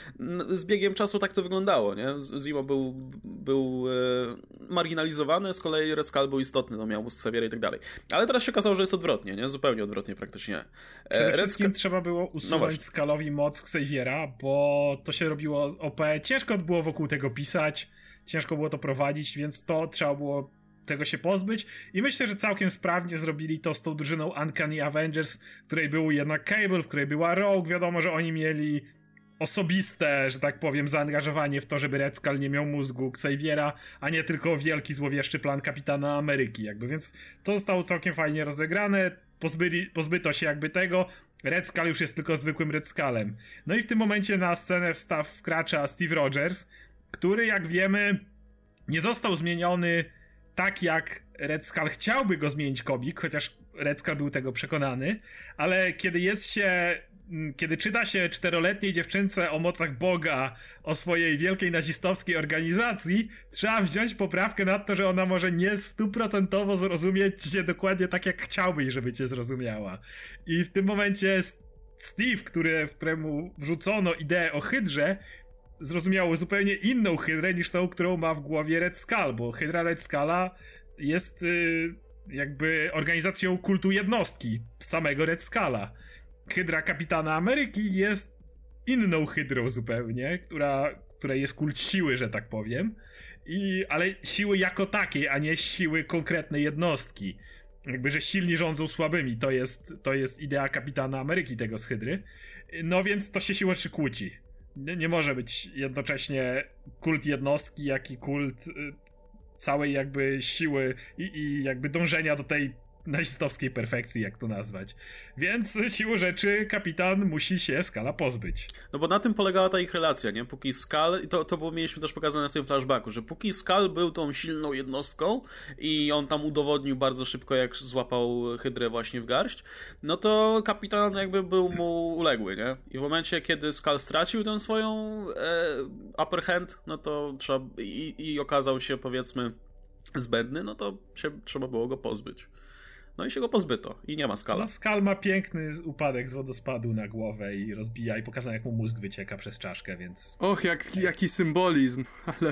z biegiem czasu tak to wyglądało, nie? Zemo był, był e, marginalizowany, z kolei Red Skull był istotny, no miał mózg Xaviera i tak dalej. Ale teraz się okazało, że jest odwrotnie, nie? Zupełnie odwrotnie praktycznie. E, Przede wszystkim Red... trzeba było usunąć no Skullowi moc Xaviera, bo to się robiło O P, ciężko było wokół tego pisać, ciężko było to prowadzić, więc to trzeba było tego się pozbyć i myślę, że całkiem sprawnie zrobili to z tą drużyną Uncanny Avengers, w której był jednak Cable, w której była Rogue. Wiadomo, że oni mieli osobiste, że tak powiem, zaangażowanie w to, żeby Red Skull nie miał mózgu Xaviera, a nie tylko wielki, złowieszczy plan Kapitana Ameryki, jakby, więc to zostało całkiem fajnie rozegrane, pozbyli, pozbyto się jakby tego, Red Skull już jest tylko zwykłym Red Skullem. No i w tym momencie na scenę wstaw wkracza Steve Rogers, który, jak wiemy, nie został zmieniony tak jak Red Skull chciałby go zmienić komik, chociaż Red Skull był tego przekonany, ale kiedy jest się, kiedy czyta się czteroletniej dziewczynce o mocach Boga, o swojej wielkiej nazistowskiej organizacji, trzeba wziąć poprawkę na to, że ona może nie stuprocentowo zrozumieć cię dokładnie tak, jak chciałbyś, żeby cię zrozumiała. I w tym momencie Steve, który, w któremu wrzucono ideę o Hydrze, zrozumiało zupełnie inną Hydrę niż tą, którą ma w głowie Red Skull, bo Hydra Red Skulla jest y, jakby organizacją kultu jednostki samego Red Skulla. Hydra Kapitana Ameryki jest inną Hydrą zupełnie, która, której jest kult siły, że tak powiem, I, ale siły jako takiej, a nie siły konkretnej jednostki. Jakby, że silni rządzą słabymi, to jest, to jest idea Kapitana Ameryki, tego z Hydry. No więc to się siłą rzeczy kłóci. Nie, nie może być jednocześnie kult jednostki, jak i kult y, całej jakby siły i, i jakby dążenia do tej nazistowskiej perfekcji, jak to nazwać. Więc siłą rzeczy kapitan musi się Skulla pozbyć. No bo na tym polegała ta ich relacja, nie? Póki Skull, i to, to było, mieliśmy też pokazane w tym flashbacku, że póki Skull był tą silną jednostką i on tam udowodnił bardzo szybko, jak złapał Hydrę właśnie w garść, no to kapitan jakby był mu uległy, nie? I w momencie, kiedy Skull stracił tę swoją e, upper hand, no to trzeba, i, i okazał się, powiedzmy, zbędny, no to się, trzeba było go pozbyć. No i się go pozbyto. I nie ma Skulla. No, Skull ma piękny upadek z wodospadu na głowę i rozbija, i pokazano, jak mu mózg wycieka przez czaszkę, więc... Och, jak, jaki symbolizm, ale...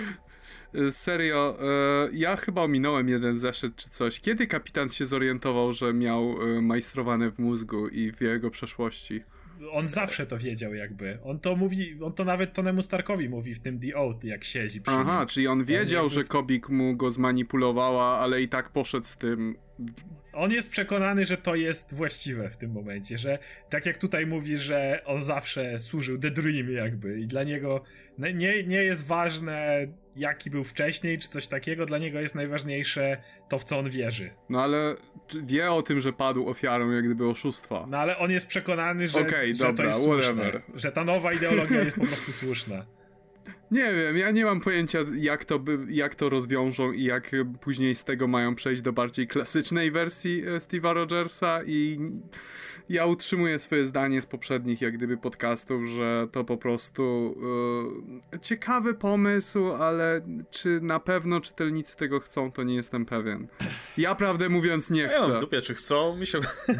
Serio, ja chyba ominąłem jeden zeszyt czy coś. Kiedy kapitan się zorientował, że miał majstrowane w mózgu i w jego przeszłości? On zawsze to wiedział jakby. On to mówi, on to nawet Tonemu Starkowi mówi w tym The Oath, jak siedzi przy Aha, nim. czyli on wiedział, on że Kobik mu go zmanipulowała, ale i tak poszedł z tym. On jest przekonany, że to jest właściwe w tym momencie, że tak jak tutaj mówi, że on zawsze służył The Dream jakby i dla niego nie, nie jest ważne, jaki był wcześniej czy coś takiego, dla niego jest najważniejsze to, w co on wierzy. No ale wie o tym, że padł ofiarą jak gdyby oszustwa. No ale on jest przekonany, że, okay, że dobra, to jest whatever. słuszne, że ta nowa ideologia jest po prostu słuszna. Nie wiem, ja nie mam pojęcia, jak to, by, jak to rozwiążą i jak później z tego mają przejść do bardziej klasycznej wersji Steve'a Rogersa i ja utrzymuję swoje zdanie z poprzednich jak gdyby podcastów, że to po prostu yy, ciekawy pomysł, ale czy na pewno czytelnicy tego chcą, to nie jestem pewien. Ja prawdę mówiąc nie chcę. Ja mam w dupie, czy chcą. Mi się...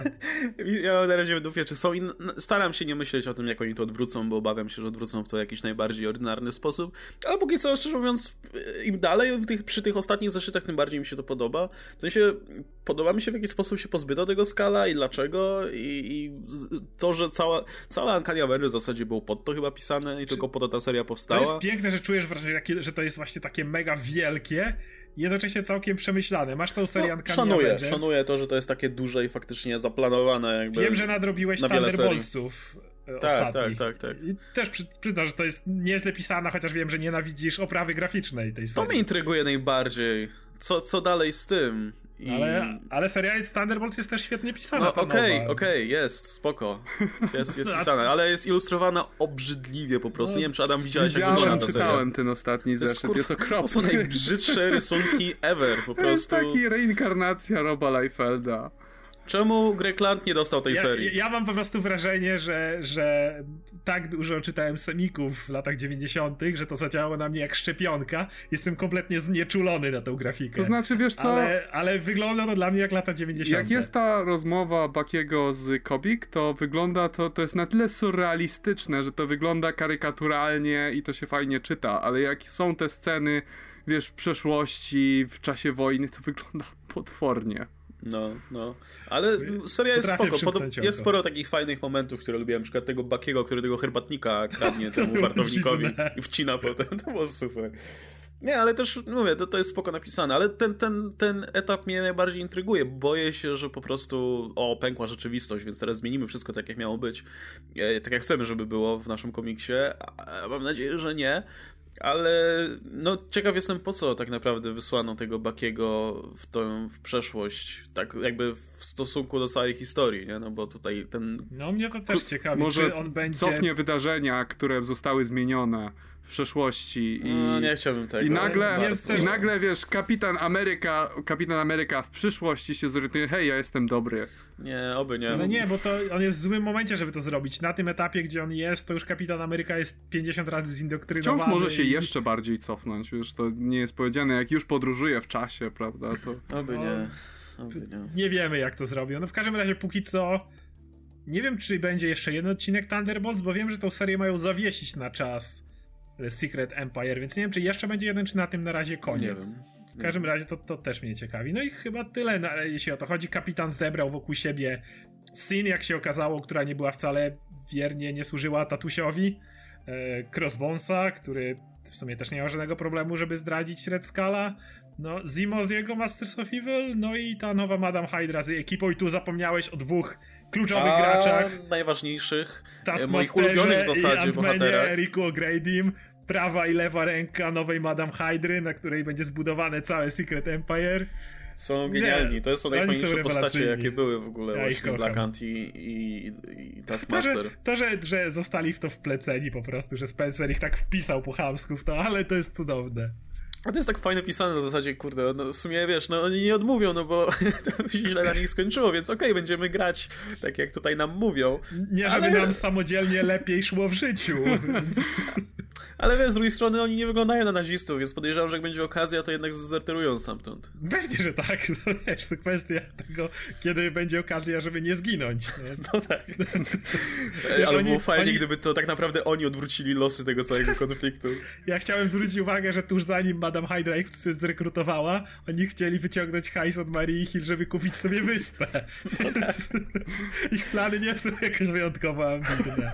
ja mam na razie w dupie, czy są i staram się nie myśleć o tym, jak oni to odwrócą, bo obawiam się, że odwrócą w to jakiś najbardziej ordynarny sposób. Ale póki co, szczerze mówiąc, im dalej w tych, przy tych ostatnich zeszytach, tym bardziej mi się to podoba. W sensie, podoba mi się, w jaki sposób się pozbyto tego Skulla i dlaczego. I, i to, że cała, cała Uncanny Avengers w zasadzie było pod to chyba pisane i Czy... tylko po to ta seria powstała. To jest piękne, że czujesz wrażenie, że to jest właśnie takie mega wielkie, jednocześnie całkiem przemyślane. Masz tą serię no, Uncanny szanuję, Avengers. Szanuję to, że to jest takie duże i faktycznie zaplanowane. Jakby Wiem, że nadrobiłeś na Thunderboltsów. Tak, ostatnich. tak, tak, tak. I też przy, przyznasz, że to jest nieźle pisana, chociaż wiem, że nienawidzisz oprawy graficznej tej serii. To mnie intryguje najbardziej. Co, co dalej z tym? I... Ale, ale seria Thunderbolts jest też świetnie pisana. No okej, okej, okay, jest, spoko. Jest, jest pisana, ale jest ilustrowana obrzydliwie po prostu. No, nie wiem, czy Adam widziałeś, jak wygląda ta seria. Czytałem ten ostatni zeszyt, jest, jest okropny. To są najbrzydsze rysunki ever, po prostu. To jest taki reinkarnacja Roba Liefelda. Czemu Greg Land nie dostał tej ja, serii? Ja mam po prostu wrażenie, że, że tak dużo czytałem semików w latach dziewięćdziesiątych, że to zadziałało na mnie jak szczepionka. Jestem kompletnie znieczulony na tą grafikę. To znaczy, wiesz co? Ale, ale wygląda to dla mnie jak lata dziewięćdziesiąte. Jak jest ta rozmowa Buckiego z Kobik, to wygląda to, to jest na tyle surrealistyczne, że to wygląda karykaturalnie i to się fajnie czyta, ale jak są te sceny, wiesz, w przeszłości, w czasie wojny, to wygląda potwornie. No, no. Ale seria jest Potrafię spoko. przymknąć Jest oko. sporo takich fajnych momentów, które lubiłem. Na przykład tego Buckiego, który tego herbatnika kradnie temu było wartownikowi dziwne. i wcina potem. To było super. Nie, ale też, mówię, to, to jest spoko napisane, ale ten, ten, ten etap mnie najbardziej intryguje. Boję się, że po prostu o, pękła rzeczywistość, więc teraz zmienimy wszystko tak, jak miało być. E, tak jak chcemy, żeby było w naszym komiksie. A, mam nadzieję, że nie. Ale no ciekaw jestem, po co tak naprawdę wysłano tego Buckiego w tą w przeszłość, tak jakby w stosunku do całej historii, nie? No bo tutaj ten... No mnie to też ciekawi, Może czy on będzie... cofnie wydarzenia, które zostały zmienione w przeszłości i, No, nie chciałbym tego. i nagle, Jest też- i nagle wiesz, Kapitan Ameryka Kapitan Ameryka w przyszłości się zorientuje, hej, ja jestem dobry. Nie, oby nie. No nie, bo to on jest w złym momencie, żeby to zrobić. Na tym etapie, gdzie on jest, to już Kapitan Ameryka jest pięćdziesiąt razy zindoktrynowany. Wciąż może się i... jeszcze bardziej cofnąć, wiesz, to nie jest powiedziane, jak już podróżuje w czasie, prawda, to... Oby nie. Oby nie. Nie wiemy, jak to zrobią. No w każdym razie, póki co nie wiem, czy będzie jeszcze jeden odcinek Thunderbolts, bo wiem, że tą serię mają zawiesić na czas Secret Empire, więc nie wiem, czy jeszcze będzie jeden, czy na tym na razie koniec. Nie wiem. W każdym razie to, to też mnie ciekawi. No i chyba tyle, no, jeśli o to chodzi. Kapitan zebrał wokół siebie Sin, jak się okazało, która nie była wcale wiernie, nie służyła tatusiowi. E, Crossbonesa, który w sumie też nie miał żadnego problemu, żeby zdradzić Red Skulla. No, Zimo z jego Masters of Evil, no i ta nowa Madame Hydra z jej ekipą. I tu zapomniałeś o dwóch kluczowych A, graczach. najważniejszych, e, moich Taskmasterze ulubionych w i zasadzie Ant-Manie, bohaterach. Eriku O'Grady'm. Prawa i lewa ręka nowej Madame Hydry, na której będzie zbudowane całe Secret Empire. Są genialni. Nie, to są oni są najfajniejsze postacie, rewelacyjni. jakie były w ogóle. Ja ich Właśnie kocham. Black Ant i, i, i To, że, Taskmaster. to że, że zostali w to wpleceni po prostu, że Spencer ich tak wpisał po chamsku w to, ale to jest cudowne. A to jest tak fajnie pisane na zasadzie, kurde, no w sumie wiesz, no oni nie odmówią, no bo to się źle na nich skończyło, więc okej, okay, będziemy grać tak, jak tutaj nam mówią. Nie, żeby ale... nam samodzielnie lepiej szło w życiu. Więc... Ale wiesz, z drugiej strony oni nie wyglądają na nazistów, więc podejrzewam, że jak będzie okazja, to jednak zdezerterują stamtąd. Pewnie, że tak. No, wiesz, to kwestia tego, kiedy będzie okazja, żeby nie zginąć. Nie? No tak. Wiesz, Ale oni- było fajnie, oni- gdyby to tak naprawdę oni odwrócili losy tego całego konfliktu. Ja chciałem zwrócić uwagę, że tuż zanim Madame Hydra ich zrekrutowała, oni chcieli wyciągnąć hajs od Marii Hill, żeby kupić sobie wyspę. Więc ich plany nie są jakoś wyjątkowo ambitne.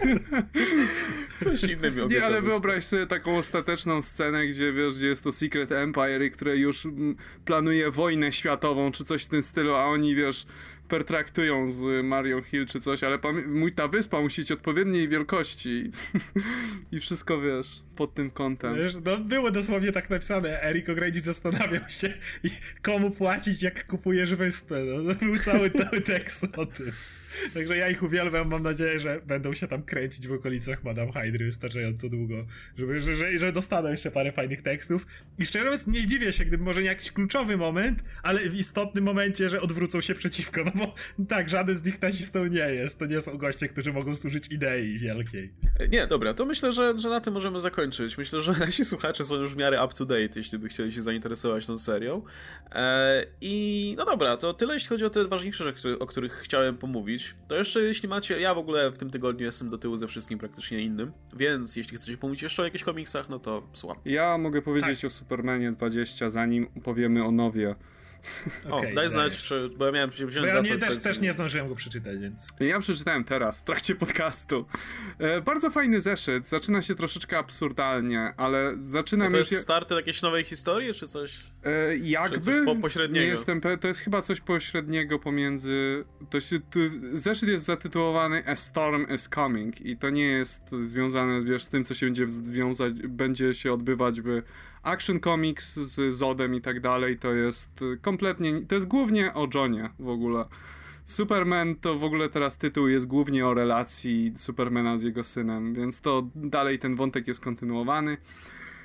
Ktoś inny mi Nie, obiecał ale wyspę. wyobraź sobie taką ostateczną scenę, gdzie wiesz, gdzie jest to Secret Empire, które już mm, planuje wojnę światową, czy coś w tym stylu, a oni, wiesz, pertraktują z Marią Hill, czy coś, ale pamię- mój, ta wyspa musi być odpowiedniej wielkości i wszystko, wiesz, pod tym kątem. Wiesz, no, było dosłownie tak napisane. Eric O'Grady zastanawiał się, i komu płacić, jak kupujesz wyspę. No, to był cały, cały tekst o tym. Także ja ich uwielbiam, mam nadzieję, że będą się tam kręcić w okolicach Madame Hydry wystarczająco długo, żeby, że, że, że dostaną jeszcze parę fajnych tekstów. I szczerze mówiąc nie zdziwię się, gdyby może nie jakiś kluczowy moment, ale w istotnym momencie, że odwrócą się przeciwko, no bo tak, żaden z nich nazistą nie jest. To nie są goście, którzy mogą służyć idei wielkiej. Nie, dobra, to myślę, że, że na tym możemy zakończyć. Myślę, że nasi słuchacze są już w miarę up to date, jeśli by chcieli się zainteresować tą serią. E, I no dobra, to tyle jeśli chodzi o te ważniejsze rzeczy, o których chciałem pomówić. To jeszcze jeśli macie, ja w ogóle w tym tygodniu jestem do tyłu ze wszystkim praktycznie innym, więc jeśli chcecie pomówić jeszcze o jakichś komiksach, no to słucham. Ja mogę powiedzieć Tak. o Supermanie dwadzieścia, zanim powiemy o Nowie. O, Okej, daj daj. znać, czy, bo ja miałem się Bo wziąć ja za nie, to. też, tak- też nie zdążyłem go przeczytać, więc... Ja przeczytałem teraz, w trakcie podcastu. E, bardzo fajny zeszyt, zaczyna się troszeczkę absurdalnie, ale No zaczynam to już... jest starty jakiejś nowej historii, czy coś? E, Czy jakby coś po- pośredniego? nie jestem pe- to jest chyba coś pośredniego pomiędzy to się, to, zeszyt jest zatytułowany A Storm is Coming i to nie jest związane, wiesz, z tym, co się będzie związać, będzie się odbywać by Action Comics z Zodem i tak dalej. To jest kompletnie, to jest głównie o Johnie w ogóle. Superman to w ogóle teraz tytuł jest głównie o relacji Supermana z jego synem, więc to dalej ten wątek jest kontynuowany.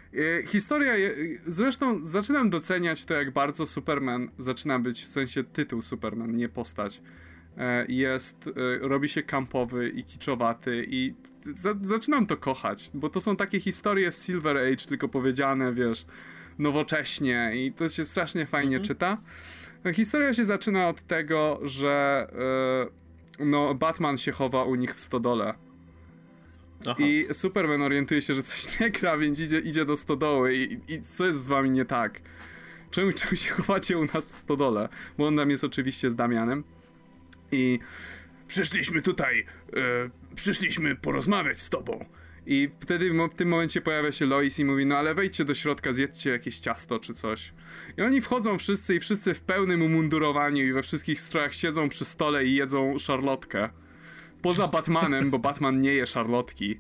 Historia, je, zresztą zaczynam doceniać to, jak bardzo Superman zaczyna być, w sensie tytuł Superman, nie postać, jest, robi się kampowy i kiczowaty i za, zaczynam to kochać, bo to są takie historie z Silver Age, tylko powiedziane, wiesz, nowocześnie i to się strasznie fajnie mhm. czyta. Historia się zaczyna od tego, że no, Batman się chowa u nich w stodole. Aha. I Superman orientuje się, że coś nie gra, więc idzie, idzie do stodoły i, i co jest z wami nie tak? Czemu, czemu się chowacie u nas w stodole? Bo on tam jest oczywiście z Damianem i przyszliśmy tutaj, e, przyszliśmy porozmawiać z tobą. I wtedy w tym momencie pojawia się Lois i mówi, no ale wejdźcie do środka, zjedzcie jakieś ciasto czy coś. I oni wchodzą wszyscy i wszyscy w pełnym umundurowaniu i we wszystkich strojach siedzą przy stole i jedzą szarlotkę. Poza Batmanem, bo Batman nie je szarlotki.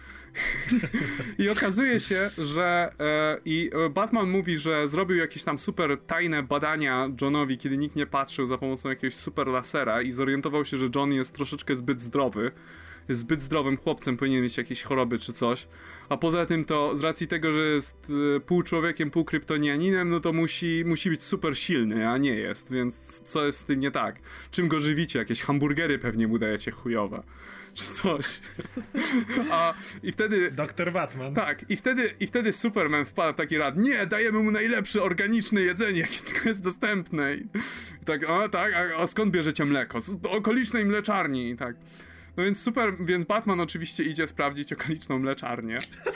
I okazuje się, że e, i Batman mówi, że zrobił jakieś tam super tajne badania Johnowi, kiedy nikt nie patrzył, za pomocą jakiegoś super lasera i zorientował się, że John jest troszeczkę zbyt zdrowy. Jest zbyt zdrowym chłopcem, powinien mieć jakieś choroby czy coś. A poza tym to z racji tego, że jest e, pół człowiekiem, pół kryptonianinem, no to musi, musi być super silny, a nie jest, więc co jest z tym nie tak? Czym go żywicie? Jakieś hamburgery pewnie mu dajecie chujowe. Czy coś. A i wtedy... doktor Batman. Tak, i wtedy, i wtedy Superman wpada w taki rad. Nie, dajemy mu najlepsze organiczne jedzenie, jakie tylko jest dostępne. I tak, a tak, a, a skąd bierzecie mleko? Z okolicznej mleczarni, i tak. No więc super, więc Batman oczywiście idzie sprawdzić okoliczną mleczarnię.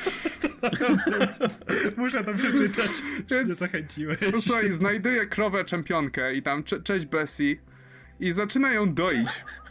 Muszę to przeczytać. Więc nie zachęciłeś. No słuchaj, znajduje krowę czempionkę i tam cze cześć Bessie i zaczyna ją doić.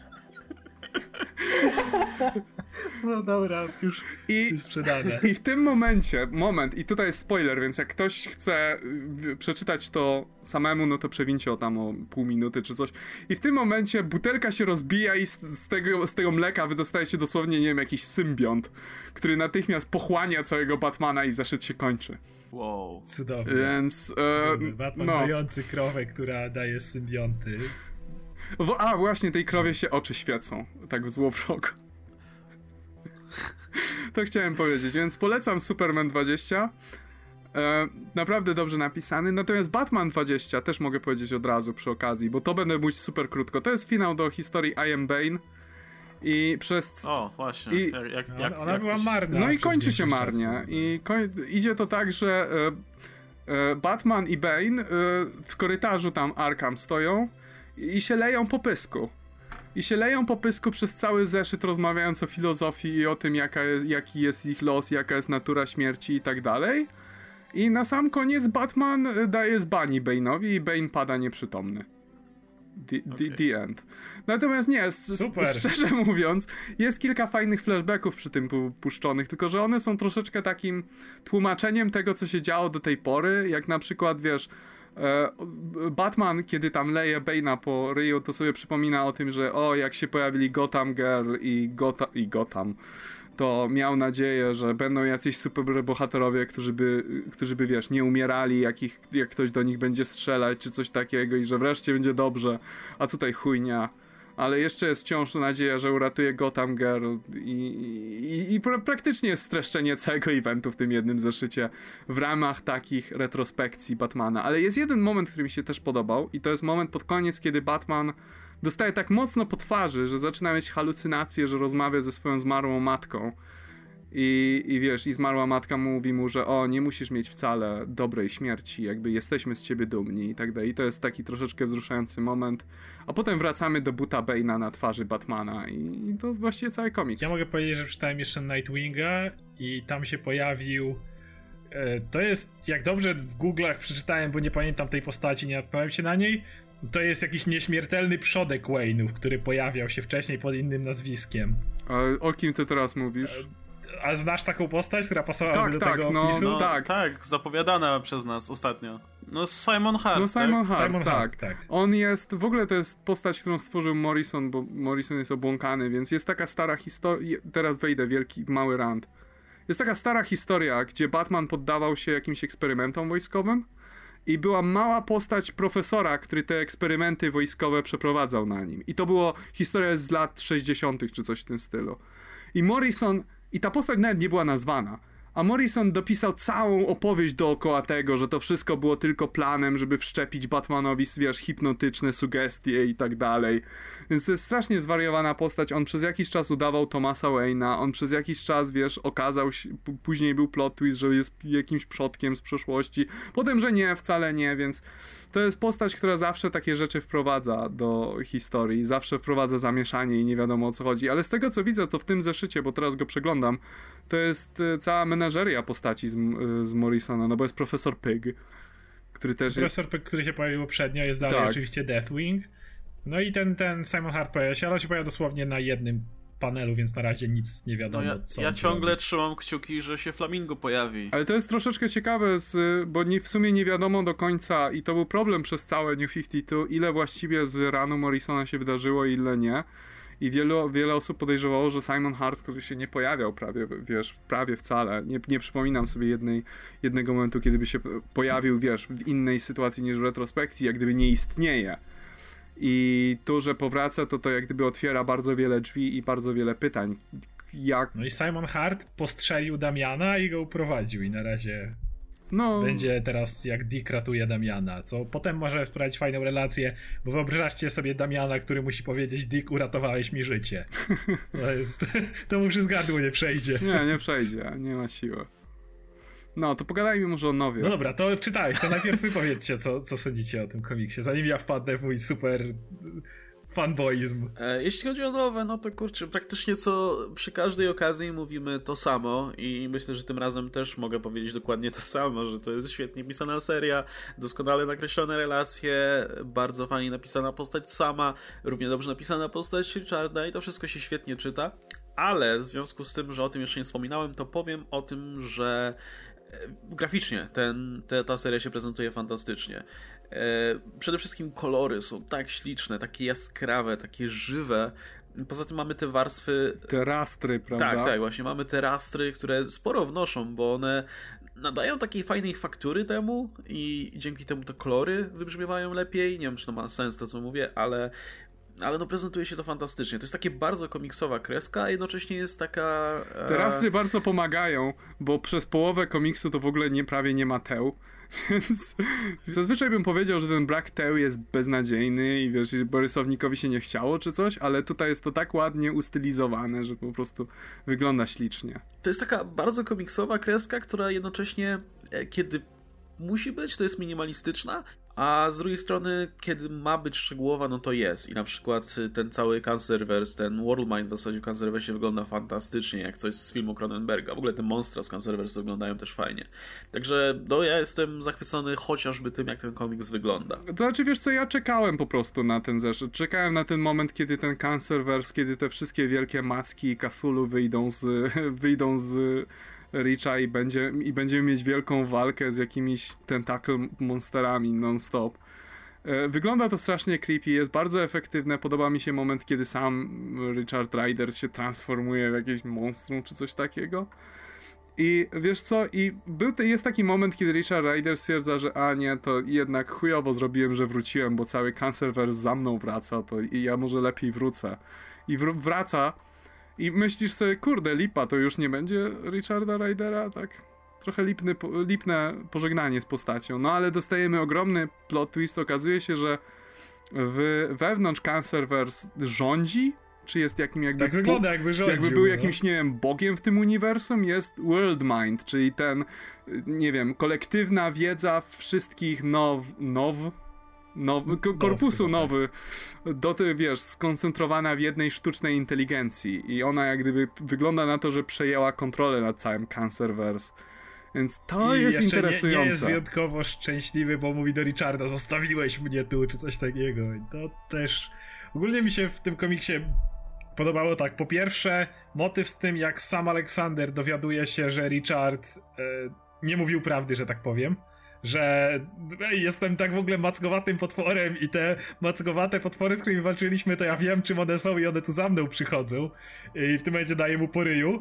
No dobra, już I, sprzedane. I w tym momencie, moment, i tutaj jest spoiler, więc jak ktoś chce y, przeczytać to samemu, no to przewincie o tam o pół minuty czy coś. I w tym momencie butelka się rozbija i z, z, tego, z tego mleka wydostaje się dosłownie, nie wiem, jakiś symbiont, który natychmiast pochłania całego Batmana i zaszczyt się kończy. Wow. Cudownie. Więc, e, Batman no. dający krowę, która daje symbionty. A, właśnie, tej krowie się oczy świecą, tak złowrogo. To chciałem powiedzieć, więc polecam Superman dwadzieścia. E, naprawdę dobrze napisany, natomiast Batman dwadzieścia też mogę powiedzieć od razu przy okazji, bo to będę mówić super krótko. To jest finał do historii I Am Bane i przez... O, właśnie. I, jak, jak, ona ona jak była się... marna. No i kończy się marnie. Czasu. I koń... idzie to tak, że e, e, Batman i Bane e, w korytarzu tam Arkham stoją i się leją po pysku. I się leją po pysku przez cały zeszyt, rozmawiając o filozofii i o tym, jaka jest, jaki jest ich los, jaka jest natura śmierci i tak dalej. I na sam koniec Batman daje z bani Bane'owi i Bane pada nieprzytomny. The, okay. the, the end. Natomiast nie, s- szczerze mówiąc, jest kilka fajnych flashbacków przy tym puszczonych, tylko że one są troszeczkę takim tłumaczeniem tego, co się działo do tej pory, jak na przykład, wiesz... Batman, kiedy tam leje Bane'a po ryju, to sobie przypomina o tym, że o, jak się pojawili Gotham Girl i, Gota i Gotham, to miał nadzieję, że będą jacyś superbohaterowie, którzy by, którzy by, wiesz, nie umierali, jak, ich, jak ktoś do nich będzie strzelać, czy coś takiego i że wreszcie będzie dobrze, a tutaj chujnia. Ale jeszcze jest wciąż nadzieja, że uratuje Gotham Girl i, i, i pra- praktycznie jest streszczenie całego eventu w tym jednym zeszycie w ramach takich retrospekcji Batmana. Ale jest jeden moment, który mi się też podobał i to jest moment pod koniec, kiedy Batman dostaje tak mocno po twarzy, że zaczyna mieć halucynacje, że rozmawia ze swoją zmarłą matką. I, I wiesz, i zmarła matka mówi mu, że o, nie musisz mieć wcale dobrej śmierci, jakby jesteśmy z ciebie dumni i tak dalej. I to jest taki troszeczkę wzruszający moment. A potem wracamy do buta Bane'a na twarzy Batmana i, i to właściwie cały komiks. Ja mogę powiedzieć, że przeczytałem jeszcze Nightwinga i tam się pojawił... E, to jest, jak dobrze w Google'ach przeczytałem, bo nie pamiętam tej postaci, nie odpowiem się na niej, to jest jakiś nieśmiertelny przodek Wayne'ów, który pojawiał się wcześniej pod innym nazwiskiem. A o kim ty teraz mówisz? E, A znasz taką postać, która pasowała tak, do tak, tego no, opisu? No, tak. tak, zapowiadana przez nas ostatnio. No Simon Hart, No Simon tak? Hart, Simon tak. Hart, tak. On jest, w ogóle to jest postać, którą stworzył Morrison, bo Morrison jest obłąkany, więc jest taka stara historia, teraz wejdę, wielki, mały rant. Jest taka stara historia, gdzie Batman poddawał się jakimś eksperymentom wojskowym i była mała postać profesora, który te eksperymenty wojskowe przeprowadzał na nim. I to było, historia z lat sześćdziesiątych czy coś w tym stylu. I Morrison, i ta postać nawet nie była nazwana, A Morrison dopisał całą opowieść dookoła tego, że to wszystko było tylko planem, żeby wszczepić Batmanowi, wiesz, hipnotyczne sugestie i tak dalej. Więc to jest strasznie zwariowana postać. On przez jakiś czas udawał Thomasa Wayne'a, on przez jakiś czas, wiesz, okazał się, p- później był plot twist, że jest jakimś przodkiem z przeszłości. Potem, że nie, wcale nie, więc to jest postać, która zawsze takie rzeczy wprowadza do historii, zawsze wprowadza zamieszanie i nie wiadomo o co chodzi. Ale z tego, co widzę, to w tym zeszycie, bo teraz go przeglądam, to jest cała menażeria postaci z, z Morrisona, no bo jest profesor Pig, który też Profesor jest... Pig, który się pojawił poprzednio, jest dalej tak. oczywiście Deathwing. No i ten, ten Simon Hart pojawia się, ale się pojawia dosłownie na jednym panelu, więc na razie nic nie wiadomo. No ja co ja ciągle robi. trzymam kciuki, że się Flamingo pojawi. Ale to jest troszeczkę ciekawe, z, bo nie, w sumie nie wiadomo do końca i to był problem przez całe New pięćdziesiąt dwa, ile właściwie z ranu Morrisona się wydarzyło i ile nie. I wielu, wiele osób podejrzewało, że Simon Hart, który się nie pojawiał prawie, wiesz, prawie wcale, nie, nie przypominam sobie jednej, jednego momentu, kiedy by się pojawił, wiesz, w innej sytuacji niż w retrospekcji, jak gdyby nie istnieje. I tu, że powraca, to to jak gdyby otwiera bardzo wiele drzwi i bardzo wiele pytań. Jak... No i Simon Hart postrzelił Damiana i go uprowadził i na razie No... będzie teraz jak Dick ratuje Damiana, co potem może wprowadzić fajną relację, bo wyobraźcie sobie Damiana, który musi powiedzieć: Dick, uratowałeś mi życie. To jest, to mu przez gardło nie przejdzie. Nie, nie przejdzie, nie ma siły. No, to pogadajmy może o Nowie. No dobra, to czytałeś, to najpierw wy powiedzcie, co, co sądzicie o tym komiksie, zanim ja wpadnę w mój super fanboizm. E, jeśli chodzi o nowe, no to kurczę, praktycznie co przy każdej okazji mówimy to samo i myślę, że tym razem też mogę powiedzieć dokładnie to samo, że to jest świetnie pisana seria, doskonale nakreślone relacje, bardzo fajnie napisana postać sama, równie dobrze napisana postać Richarda i to wszystko się świetnie czyta, ale w związku z tym, że o tym jeszcze nie wspominałem, to powiem o tym, że graficznie ten, te, ta seria się prezentuje fantastycznie. E, przede wszystkim kolory są tak śliczne, takie jaskrawe, takie żywe. Poza tym mamy te warstwy... Te rastry, prawda? Tak, tak, właśnie mamy te rastry, które sporo wnoszą, bo one nadają takiej fajnej faktury temu i dzięki temu te kolory wybrzmiewają lepiej. Nie wiem, czy to ma sens to, co mówię, ale... Ale no prezentuje się to fantastycznie. To jest takie bardzo komiksowa kreska, a jednocześnie jest taka... E... Te rastry bardzo pomagają, bo przez połowę komiksu to w ogóle nie, prawie nie ma teł. Więc zazwyczaj bym powiedział, że ten brak teł jest beznadziejny i wiesz, bo rysownikowi się nie chciało czy coś, ale tutaj jest to tak ładnie ustylizowane, że po prostu wygląda ślicznie. To jest taka bardzo komiksowa kreska, która jednocześnie, kiedy musi być, to jest minimalistyczna, a z drugiej strony, kiedy ma być szczegółowa, no to jest. I na przykład ten cały Cancerverse, ten Worldmind w zasadzie w Cancerverse wygląda fantastycznie, jak coś z filmu Cronenberga. W ogóle te monstra z Cancerverse wyglądają też fajnie. Także no, ja jestem zachwycony chociażby tym, jak ten komiks wygląda. To znaczy, wiesz co, ja czekałem po prostu na ten zeszyt. Czekałem na ten moment, kiedy ten Cancerverse, kiedy te wszystkie wielkie macki i Cthulhu wyjdą z... wyjdą z Richa i, będzie, i będziemy mieć wielką walkę z jakimiś tentacle monsterami non-stop. Wygląda to strasznie creepy, jest bardzo efektywne, podoba mi się moment, kiedy sam Richard Rider się transformuje w jakieś monstrum czy coś takiego. I wiesz co, i był, jest taki moment, kiedy Richard Rider stwierdza, że a nie, to jednak chujowo zrobiłem, że wróciłem, bo cały Cancerverse za mną wraca, to i ja może lepiej wrócę. I wr- wraca i myślisz sobie, kurde, lipa, to już nie będzie Richarda Rydera, tak? Trochę lipny, lipne pożegnanie z postacią. No ale dostajemy ogromny plot twist, okazuje się, że w, wewnątrz Cancerverse rządzi, czy jest jakim jakby... Tak wygląda, jakby rządził. Jakby był no. jakimś, nie wiem, bogiem w tym uniwersum, jest Worldmind, czyli ten, nie wiem, kolektywna wiedza wszystkich now, now Nowy, korpusu nowy, do ty, wiesz, skoncentrowana w jednej sztucznej inteligencji i ona jak gdyby wygląda na to, że przejęła kontrolę nad całym Cancerverse. Więc to I jest interesujące. Nie, nie jest wyjątkowo szczęśliwy, bo mówi do Richarda: zostawiłeś mnie tu, czy coś takiego. I to też... Ogólnie mi się w tym komiksie podobało tak. Po pierwsze, motyw z tym, jak sam Alexander dowiaduje się, że Richard e, nie mówił prawdy, że tak powiem. Że ej, jestem tak w ogóle mackowatym potworem i te mackowate potwory, z którymi walczyliśmy, to ja wiem, czym one są i one tu za mną przychodzą. I w tym momencie daje mu po ryju.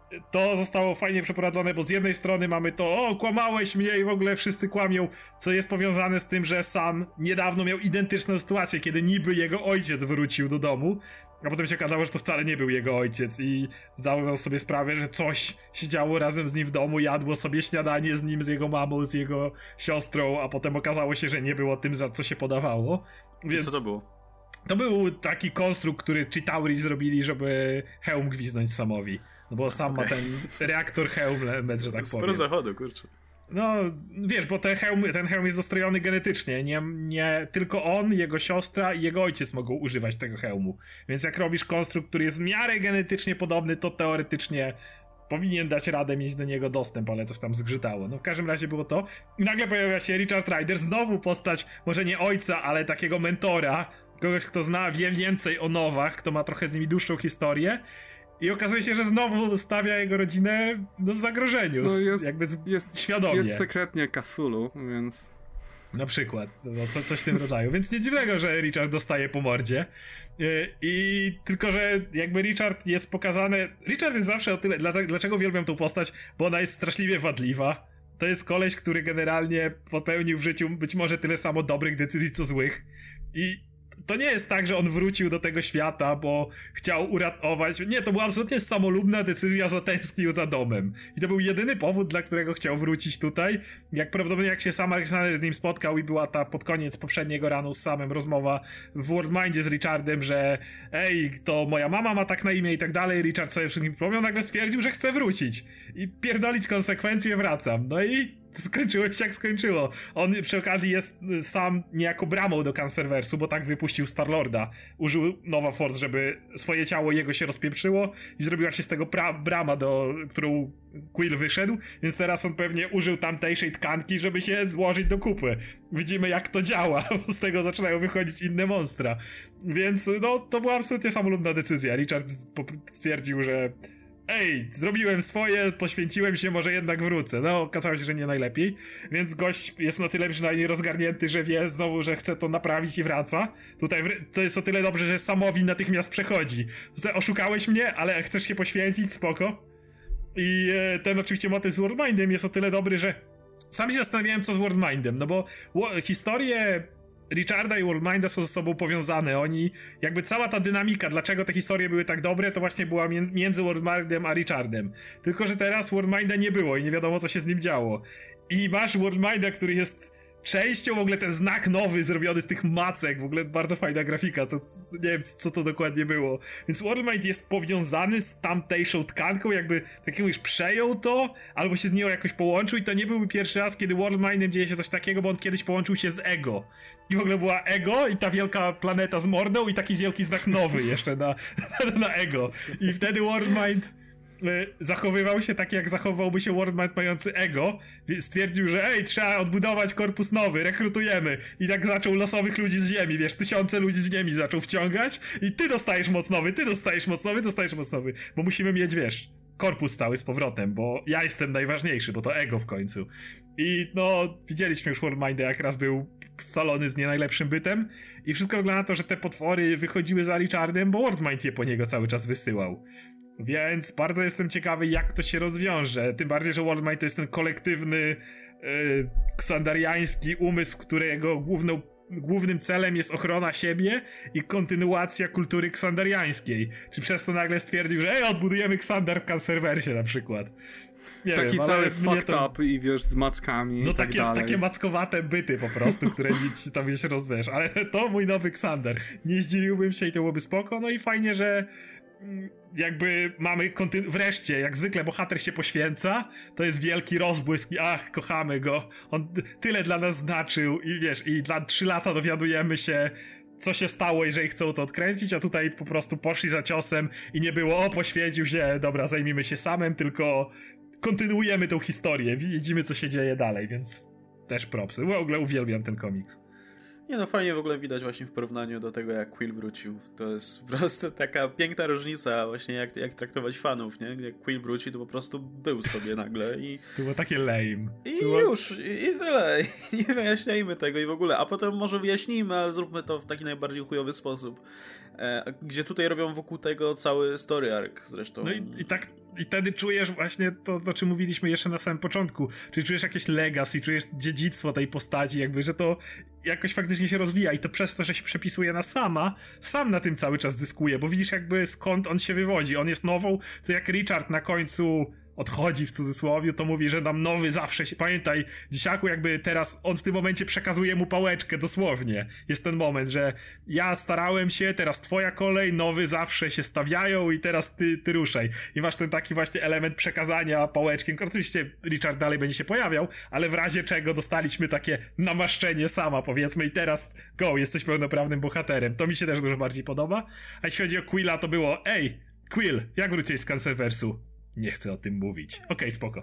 to zostało fajnie przeprowadzone, bo z jednej strony mamy to, o, kłamałeś mnie i w ogóle wszyscy kłamią, co jest powiązane z tym, że Sam niedawno miał identyczną sytuację, kiedy niby jego ojciec wrócił do domu, a potem się okazało, że to wcale nie był jego ojciec i zdawał sobie sprawę, że coś się działo razem z nim w domu, jadło sobie śniadanie z nim, z jego mamą, z jego siostrą, a potem okazało się, że nie było tym, za co się podawało. Więc... I co to było? To był taki konstrukt, który Chitauri zrobili, żeby hełm gwizdnąć Samowi. No bo Sam okay. ma ten reaktor hełm, że tak Sporo powiem. zachodu, kurczę. No, wiesz, bo ten hełm, ten hełm jest dostrojony genetycznie. Nie, nie tylko on, jego siostra i jego ojciec mogą używać tego hełmu. Więc jak robisz konstrukt, który jest w miarę genetycznie podobny, to teoretycznie powinien dać radę mieć do niego dostęp, ale coś tam zgrzytało. No w każdym razie było to. I nagle pojawia się Richard Rider, znowu postać, może nie ojca, ale takiego mentora, kogoś, kto zna, wie więcej o Nowach, kto ma trochę z nimi dłuższą historię. I okazuje się, że znowu stawia jego rodzinę no, w zagrożeniu. No jest, jakby z, jest, świadomie. Jest sekretnie Cthulhu, więc... Na przykład. No, co, coś w tym rodzaju. Więc nie dziwnego, że Richard dostaje po mordzie. Yy, I tylko, że jakby Richard jest pokazany... Richard jest zawsze o tyle... Dlaczego uwielbiam tą postać? Bo ona jest straszliwie wadliwa. To jest koleś, który generalnie popełnił w życiu być może tyle samo dobrych decyzji, co złych. I to nie jest tak, że on wrócił do tego świata, bo chciał uratować... Nie, to była absolutnie samolubna decyzja, zatęsknił za domem. I to był jedyny powód, dla którego chciał wrócić tutaj. Jak prawdopodobnie jak się sam Aleksander z nim spotkał i była ta pod koniec poprzedniego ranu z Samem rozmowa w Worldmindzie z Richardem, że ej, to moja mama ma tak na imię i tak dalej. Richard sobie wszystkim przypomniał, nagle stwierdził, że chce wrócić. I pierdolić konsekwencje, wracam. No i skończyło się jak skończyło. On przy okazji jest sam niejako bramą do Cancerversu, bo tak wypuścił Star-Lorda. Użył Nova Force, żeby swoje ciało jego się rozpieprzyło i zrobiła się z tego pra- brama, do którą Quill wyszedł, więc teraz on pewnie użył tamtejszej tkanki, żeby się złożyć do kupy. Widzimy jak to działa, bo z tego zaczynają wychodzić inne monstra. Więc no, to była absolutnie samolubna decyzja. Richard stwierdził, że ej, zrobiłem swoje, poświęciłem się, może jednak wrócę. No, okazało się, że nie najlepiej. Więc gość jest na tyle przynajmniej rozgarnięty, że wie znowu, że chce to naprawić i wraca. Tutaj to jest o tyle dobrze, że Samowi natychmiast przechodzi. Oszukałeś mnie, ale chcesz się poświęcić? Spoko. I e, ten oczywiście motyw z Worldmindem jest o tyle dobry, że sam się zastanawiałem, co z Worldmindem, no bo wo- historie Richarda i Worldminda są ze sobą powiązane. Oni, jakby cała ta dynamika, dlaczego te historie były tak dobre, to właśnie była między Worldmindem a Richardem. Tylko że teraz Worldminda nie było i nie wiadomo, co się z nim działo. I masz Worldminda, który jest częścią, w ogóle ten znak nowy zrobiony z tych macek, w ogóle bardzo fajna grafika, co, co, nie wiem, co to dokładnie było. Więc Worldmind jest powiązany z tamtejszą tkanką, jakby, tak jak mówisz, przejął to, albo się z nią jakoś połączył i to nie byłby pierwszy raz, kiedy Worldmindem dzieje się coś takiego, bo on kiedyś połączył się z Ego. I w ogóle była Ego i ta wielka planeta z mordą i taki wielki znak nowy jeszcze na, na, na Ego. I wtedy Worldmind zachowywał się tak, jak zachowałby się Worldmind mający Ego. Stwierdził, że ej, trzeba odbudować korpus nowy, rekrutujemy. I tak zaczął losowych ludzi z ziemi, wiesz, tysiące ludzi z ziemi zaczął wciągać i ty dostajesz moc nowy, ty dostajesz moc nowy, dostajesz moc nowy. Bo musimy mieć, wiesz, korpus cały z powrotem, bo ja jestem najważniejszy, bo to Ego w końcu. I no, widzieliśmy już Worldminda, jak raz był scalony z nie najlepszym bytem i wszystko wygląda na to, że te potwory wychodziły za Richardem, bo Worldmind je po niego cały czas wysyłał. Więc bardzo jestem ciekawy, jak to się rozwiąże. Tym bardziej, że Worldmind to jest ten kolektywny yy, ksandariański umysł, którego główną, głównym celem jest ochrona siebie i kontynuacja kultury ksandariańskiej. Czy przez to nagle stwierdził, że ej, odbudujemy Ksandar w Cancerversie na przykład. Nie Taki wiem, cały fucked to... up i wiesz, z mackami no i tak takie, dalej. takie mackowate byty po prostu, które ci tam się rozwiesz. Ale to mój nowy Ksandar. Nie zdziwiłbym się i to byłoby spoko. No i fajnie, że jakby mamy kontynu- wreszcie, jak zwykle bohater się poświęca, to jest wielki rozbłysk i ach, kochamy go, on tyle dla nas znaczył i wiesz, i dla trzy lata dowiadujemy się, co się stało, jeżeli chcą to odkręcić, a tutaj po prostu poszli za ciosem i nie było, o, poświęcił się, dobra, zajmijmy się samym, tylko kontynuujemy tą historię, widzimy, co się dzieje dalej, więc też propsy, w ogóle uwielbiam ten komiks. Nie no, fajnie w ogóle widać właśnie w porównaniu do tego, jak Quill wrócił. To jest po prostu taka piękna różnica właśnie, jak, jak traktować fanów, nie? Jak Quill wróci, to po prostu był sobie nagle i... To było takie lame. I było... już, i, i tyle. Nie wyjaśniajmy tego i w ogóle. A potem może wyjaśnijmy, ale zróbmy to w taki najbardziej chujowy sposób. E, gdzie tutaj robią wokół tego cały story arc zresztą. No i, i tak I wtedy czujesz właśnie to, o czym mówiliśmy jeszcze na samym początku, czyli czujesz jakieś legacy, czujesz dziedzictwo tej postaci, jakby, że to jakoś faktycznie się rozwija i to przez to, że się przepisuje na sama, sam na tym cały czas zyskuje, bo widzisz jakby skąd on się wywodzi. On jest nową, to jak Richard na końcu odchodzi w cudzysłowie, to mówi, że nam nowy zawsze się... Pamiętaj, dzieciaku, jakby teraz on w tym momencie przekazuje mu pałeczkę, dosłownie. Jest ten moment, że ja starałem się, teraz twoja kolej, nowy zawsze się stawiają i teraz ty, ty ruszaj. I masz ten taki właśnie element przekazania pałeczkiem. Oczywiście Richard dalej będzie się pojawiał, ale w razie czego dostaliśmy takie namaszczenie sama, powiedzmy, i teraz go, jesteś pełnoprawnym bohaterem. To mi się też dużo bardziej podoba. A jeśli chodzi o Quilla, to było, ej, Quill, jak wróciłeś z Cancerversu? Nie chcę o tym mówić. Okej, okay, spoko.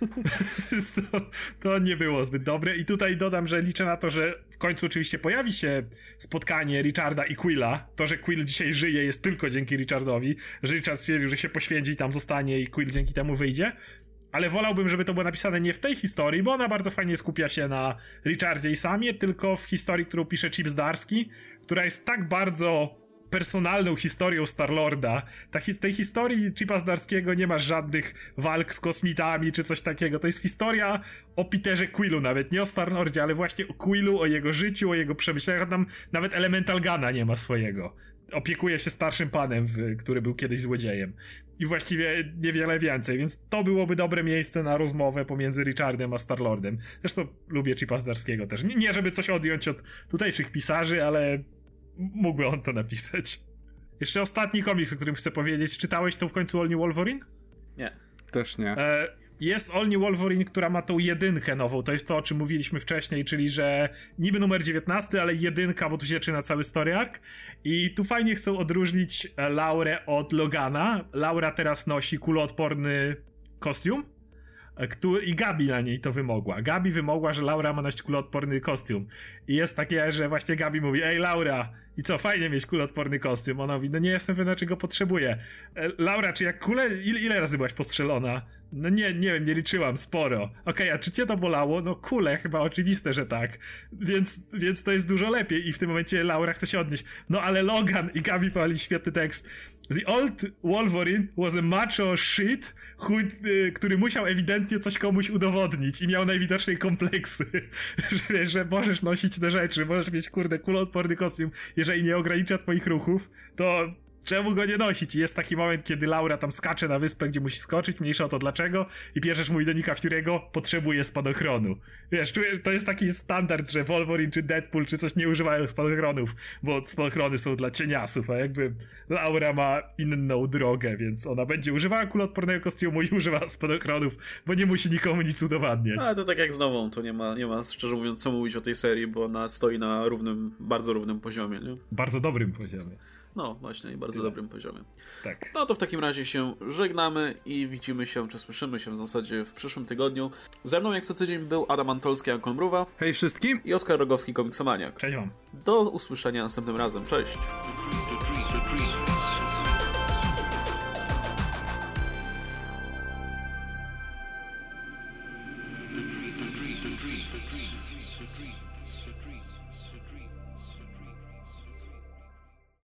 to, to nie było zbyt dobre i tutaj dodam, że liczę na to, że w końcu oczywiście pojawi się spotkanie Richarda i Quilla. To, że Quill dzisiaj żyje, jest tylko dzięki Richardowi, że Richard stwierdził, że się poświęci i tam zostanie i Quill dzięki temu wyjdzie. Ale wolałbym, żeby to było napisane nie w tej historii, bo ona bardzo fajnie skupia się na Richardzie i Samie, tylko w historii, którą pisze Chip Zdarsky, która jest tak bardzo personalną historią Star-Lorda. Ta, tej historii Chipa Zdarskiego nie ma żadnych walk z kosmitami czy coś takiego. To jest historia o Peterze Quillu nawet, nie o Star-Lordzie, ale właśnie o Quillu, o jego życiu, o jego przemyśleniach. Tam nawet Elemental Guna nie ma swojego. Opiekuje się starszym panem, w, który był kiedyś złodziejem. I właściwie niewiele więcej, więc to byłoby dobre miejsce na rozmowę pomiędzy Richardem a Star-Lordem. Zresztą lubię Chipa Zdarskiego też. Nie, nie żeby coś odjąć od tutejszych pisarzy, ale mógłby on to napisać. Jeszcze ostatni komiks, o którym chcę powiedzieć. Czytałeś to w końcu All New Wolverine? Nie. Też nie. E, jest All New Wolverine, która ma tą jedynkę nową. To jest to, o czym mówiliśmy wcześniej, czyli że niby numer dziewiętnasty, ale jedynka, bo tu się zaczyna cały story arc. I tu fajnie chcą odróżnić Laurę od Logana. Laura teraz nosi kuloodporny kostium. Który, i Gabi na niej to wymogła. Gabi wymogła, że Laura ma nosić kuloodporny kostium. I jest takie, że właśnie Gabi mówi, ej Laura, i co, fajnie mieć kuloodporny kostium. Ona mówi, no nie jestem pewna, czy go potrzebuję. E, Laura, czy jak kule, ile, ile razy byłaś postrzelona? No nie, nie wiem, nie liczyłam, sporo. Okej, okay, a czy cię to bolało? No kule, chyba oczywiste, że tak. Więc, więc to jest dużo lepiej i w tym momencie Laura chce się odnieść. No ale Logan i Gabi pali świetny tekst. The old Wolverine was a macho shit, who, y, który musiał ewidentnie coś komuś udowodnić i miał najwidoczniej kompleksy, że, że możesz nosić te rzeczy, możesz mieć, kurde, kuloodporny kostium, jeżeli nie ogranicza twoich ruchów, to czemu go nie nosić? I jest taki moment, kiedy Laura tam skacze na wyspę, gdzie musi skoczyć, mniejsza o to dlaczego, i pierwsze mówi do Nicka Fury'ego, potrzebuje spadochronu. Wiesz, to jest taki standard, że Wolverine czy Deadpool czy coś nie używają spadochronów, bo spadochrony są dla cieniasów, a jakby Laura ma inną drogę, więc ona będzie używała kuloodpornego kostiumu i używa spadochronów, bo nie musi nikomu nic udowadniać. Ale to tak jak z nową, to nie ma, nie ma szczerze mówiąc co mówić o tej serii, bo ona stoi na równym, bardzo równym poziomie, nie? Bardzo dobrym poziomie. No właśnie, i bardzo Tyle. dobrym poziomie. Tak. No to w takim razie się żegnamy i widzimy się, czy słyszymy się w zasadzie w przyszłym tygodniu. Ze mną jak co tydzień był Adam Antolski, Ankon Mruwa. Hej wszystkim! I Oskar Rogowski, Komiksomaniak. Cześć wam. Do usłyszenia następnym razem. Cześć!